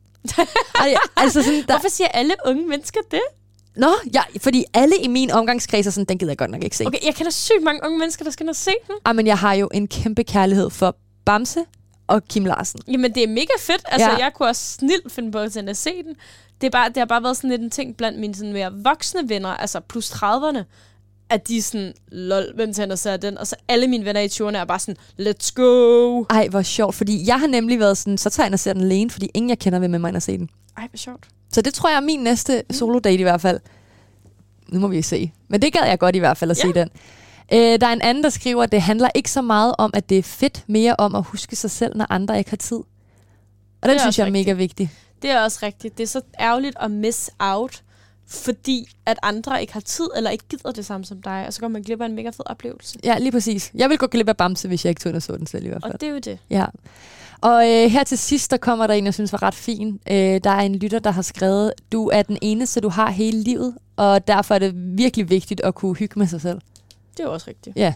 Altså sådan, Hvorfor siger alle unge mennesker det? Nå, ja, fordi alle i min omgangskreds er sådan, den gider jeg godt nok ikke se. Okay, jeg kender sygt mange unge mennesker, der skal ind og se den. Men jeg har jo en kæmpe kærlighed for Bamse og Kim Larsen. Jamen, det er mega fedt. Altså, jeg kunne også snilt finde på at se den. Det har bare været sådan lidt en ting blandt mine sådan mere voksne venner, altså plus 30'erne, at de sådan, lol, hvem tænder sig den? Og så alle mine venner i 20'erne er bare sådan, let's go! Ej, hvor sjovt, fordi jeg har nemlig været sådan, så tager jeg ind og ser den alene, fordi ingen jeg kender vil med mig ind og se den. Ej, hvor sjovt. Så det tror jeg er min næste solo-date i hvert fald. Nu må vi se. Men det gad jeg godt i hvert fald at se den. Der er en anden, der skriver, at det handler ikke så meget om, at det er fedt, mere om at huske sig selv, når andre ikke har tid. Og den synes jeg er mega vigtig. Det er også rigtigt. Det er så ærgerligt at miss out, fordi at andre ikke har tid, eller ikke gider det samme som dig, og så går man glip af en mega fed oplevelse. Ja, lige præcis. Jeg vil gå glip af Bamse, hvis jeg ikke tog ind og så den selv i hvert fald. Og det er jo det. Ja. Og her til sidst, der kommer der en, jeg synes var ret fin. Der er en lytter, der har skrevet, du er den eneste, du har hele livet, og derfor er det virkelig vigtigt at kunne hygge med sig selv. Det er jo også rigtigt. Ja.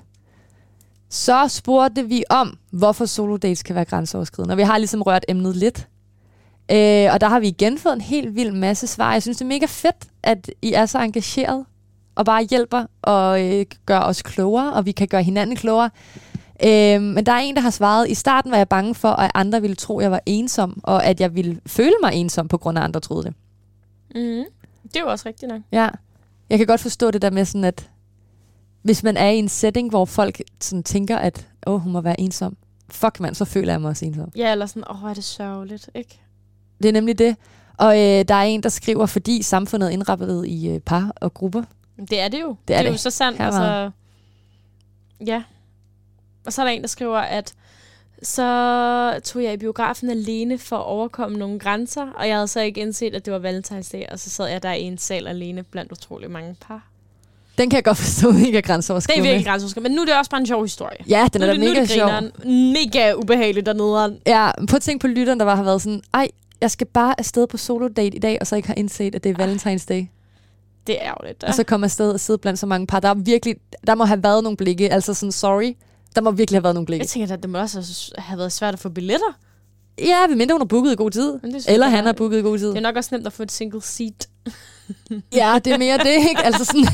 Så spurgte vi om, hvorfor solo-dates kan være grænseoverskridende. Og vi har ligesom rørt emnet lidt. Og der har vi igen fået en helt vild masse svar. Jeg synes, det er mega fedt, at I er så engageret og bare hjælper og gør os klogere, og vi kan gøre hinanden klogere. Men der er en, der har svaret, i starten var jeg bange for, at andre ville tro, at jeg var ensom, og at jeg ville føle mig ensom, på grund af andre troede det. Mm-hmm. Det er jo også rigtigt nok. Ja. Jeg kan godt forstå det der med sådan, at hvis man er i en setting, hvor folk sådan tænker, at hun må være ensom. Fuck mand, så føler jeg mig også ensom. Ja, eller sådan, er det sørgeligt, ikke? Det er nemlig det. Og der er en, der skriver, fordi samfundet er indrettet i par og grupper. Det er det jo. Det er jo så sandt. Altså, ja. Og så er der en, der skriver, at så tog jeg i biografen alene for at overkomme nogle grænser, og jeg havde så ikke indset, at det var valentinsdag, og så sad jeg der i en sal alene blandt utrolig mange par. Den kan jeg godt forstå, ikke er grænseoverskridende. Det er virkelig grænseoverskridende, men nu er det også bare en sjov historie. Ja, den er da mega sjov. Mega ubehageligt dernede. Ja, på tænk på lytteren, der har været sådan, jeg skal bare afsted på solo-date i dag, og så ikke har indset, at det er valentinsdag. Det er ærgerligt. Og så kommer afsted og sidde blandt så mange par. Der må have været nogle blikke, altså sådan, sorry. Der må virkelig have været nogle blikke. Jeg tænker, at det må også have været svært at få billetter. Ja, mindre hun har booket i god tid. Eller han har booket i god tid. Det er nok også nemt at få et single seat. Ja, det er mere det, ikke? Altså sådan...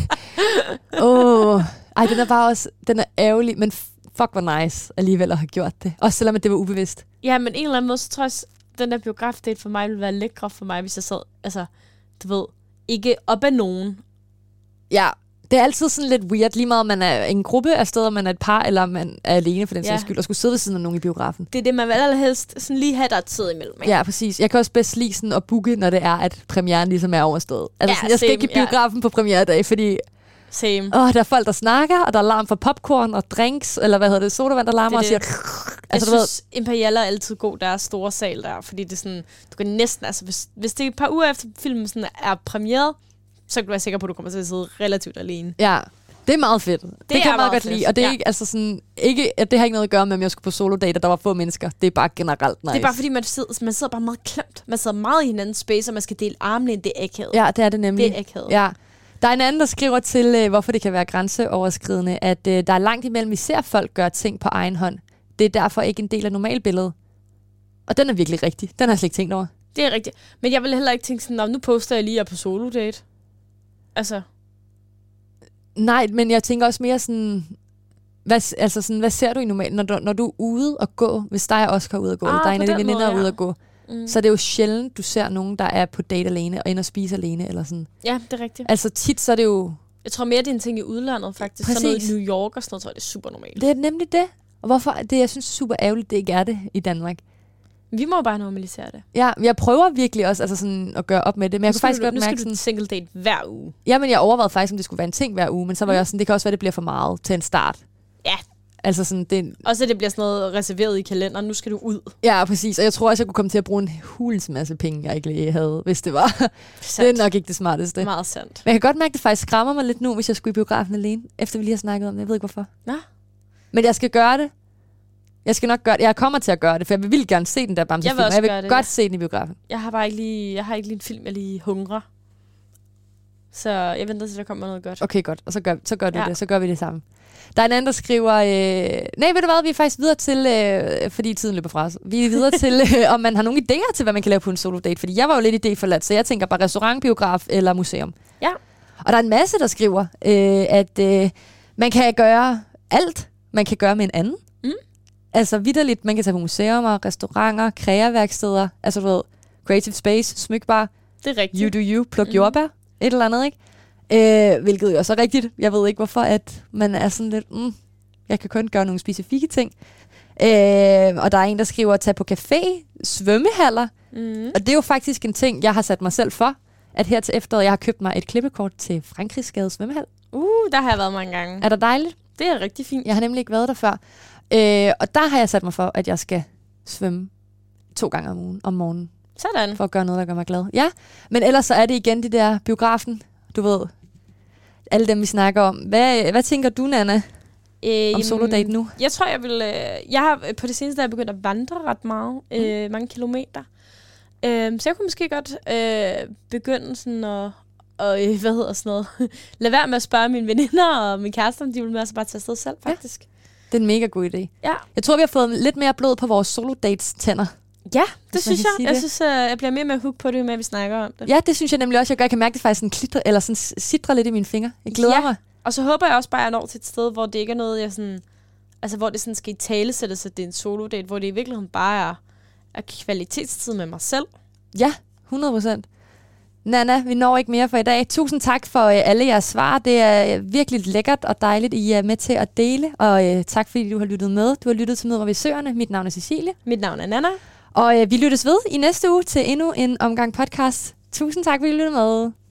den er bare også... Den er ærgerlig, men fuck hvor nice alligevel at have gjort det. Også selvom det var ubevidst. Ja, men en eller anden måde, så tror jeg også, den der biografdate for mig ville være lækre for mig, hvis jeg sad, altså, du ved, ikke op ad nogen. Ja, Det er altid sådan lidt weird, lige meget om man er en gruppe af steder, man er et par, eller man er alene for den sags skyld, og skulle sidde ved siden af nogen i biografen. Det er det, man vil allerhelst sådan lige have, der er tid imellem. Ikke? Ja, præcis. Jeg kan også bedst lide sådan at booke, når det er, at premieren ligesom er overstået. Altså, sådan, jeg skal ikke i biografen på premieredag, fordi der er folk, der snakker, og der er larm for popcorn og drinks, eller hvad hedder det, sodavand, der larmer og siger... Altså, jeg synes, Imperial er altid god, der er store sal der, fordi det er sådan, du kan næsten, altså hvis det er et par uger efter filmen sådan er premieret, så kan du være sikker på, at du kommer til at sidde relativt alene. Ja, det er meget fedt. Det kan jeg meget godt lide, og det er ikke, altså sådan, det har ikke noget at gøre med, om jeg skulle på solo-date, og der var få mennesker. Det er bare generelt nice. Det er bare fordi, man sidder bare meget klemt. Man sidder meget i hinandens space, og man skal dele armlæn. Det er akavet. Ja, det er det nemlig. Det er akavet. Ja. Der er en anden, der skriver til, hvorfor det kan være grænseoverskridende, at der er langt imellem, vi ser folk gøre ting på egen hånd. Det er derfor ikke en del af normalbilledet. Og den er virkelig rigtig. Den har jeg slet ikke tænkt over. Det er rigtigt. Men jeg vil heller ikke tænke sådan, nu poster jeg lige at på solo-date. Altså... Nej, men jeg tænker også mere sådan, hvad ser du i normalt, når du er ude og gå, hvis dig og Oscar er ude at gå, der er en af dine veninder er ude at gå, så er det jo sjældent, du ser nogen, der er på date alene, og ind og spise alene, eller sådan. Ja, det er rigtigt. Altså tit, så er det jo... Jeg tror mere, det er en ting i udlandet, faktisk. Præcis. Sådan noget i New York og sådan noget, tror jeg, det er super normalt. Det er nemlig det. Og hvorfor det, jeg synes, det er super ærgerligt, det ikke er det i Danmark. Vi må jo bare normalisere det. Ja, jeg prøver virkelig også altså sådan, at gøre op med det. Men jeg kunne faktisk godt mærke sådan... Nu skal du single date hver uge. Ja, men jeg overvejede faktisk, om det skulle være en ting hver uge. Men så var jeg også sådan, det kan også være, det bliver for meget til en start. Ja. Altså sådan, det... Og så det bliver sådan noget reserveret i kalenderen. Nu skal du ud. Ja, præcis. Og jeg tror også, jeg kunne komme til at bruge en hulens masse penge, jeg ikke lige havde, hvis det var. Det er nok ikke det smarteste. Meget sandt. Men jeg kan godt mærke, at det faktisk skræmmer mig lidt nu, hvis jeg skulle i biografen alene. Efter vi lige har snakket om det. Jeg ved ikke, hvorfor. Nå. Men jeg skal gøre det. Jeg skal nok gøre det. Jeg kommer til at gøre det, for jeg vil gerne se den der Bamse-film. Jeg vil godt se den i biografen. Jeg har ikke lige en film, jeg lige hungrer. Så jeg venter til, der kommer noget godt. Okay, godt. Og så gør du det. Så gør vi det sammen. Der er en anden, der skriver... Nej, ved du hvad? Vi er faktisk videre til... fordi tiden løber fra os. Vi er videre til, om man har nogle idéer til, hvad man kan lave på en solo-date. Fordi jeg var jo lidt idéforladt, så jeg tænker bare restaurant, biograf eller museum. Ja. Og der er en masse, der skriver, at man kan gøre alt, man kan gøre med en anden. Altså vitterligt, man kan tage på museumer, restauranter, kreaværksteder, altså du ved, creative space, smykbar. Det er rigtigt. You do you, pluk jordbær, et eller andet, ikke? Hvilket jo også er rigtigt. Jeg ved ikke, hvorfor at man er sådan lidt, jeg kan kun gøre nogle specifikke ting. Og der er en, der skriver, tage på café, svømmehaller. Og det er jo faktisk en ting, jeg har sat mig selv for, at her til efteråret, jeg har købt mig et klippekort til Frankrigsgade svømmehal. Der har jeg været mange gange. Er det dejligt? Det er rigtig fint. Jeg har nemlig ikke været der før. Og der har jeg sat mig for, at jeg skal svømme 2 gange om ugen om morgenen. Sådan. For at gøre noget, der gør mig glad. Ja, men ellers så er det igen det der biografen. Du ved, alle dem, vi snakker om. Hvad tænker du, Nana, om solo-date nu? Jeg tror, jeg har på det seneste begyndt at vandre ret meget. Mange kilometer. Så jeg kunne måske godt begynde sådan at hvad hedder sådan noget? Lad være med at spørge mine veninder og min kæreste, om de vil med os bare tage afsted selv, faktisk. Ja. Det er en mega god idé. Ja. Jeg tror, vi har fået lidt mere blod på vores solo-dates-tænder. Ja, det synes jeg. Jeg synes, jeg bliver mere hook på det, med at vi snakker om det. Ja, det synes jeg nemlig også. Jeg kan mærke, det faktisk sådan klitrer, eller sådan sidrer lidt i mine fingre. Jeg glæder mig. Og så håber jeg også bare, at jeg når til et sted, hvor det ikke er noget, jeg sådan... Altså, hvor det sådan skal i talesættes, at det er en solo-date, hvor det i virkeligheden bare er kvalitetstid med mig selv. Ja, 100%. Nana, vi når ikke mere for i dag. Tusind tak for alle jeres svar. Det er virkelig lækkert og dejligt, I er med til at dele. Og tak, fordi du har lyttet med. Du har lyttet til Møder ved Søerne. Mit navn er Cecilie. Mit navn er Nana. Og vi lyttes ved i næste uge til endnu en omgang podcast. Tusind tak, fordi I lyttede med.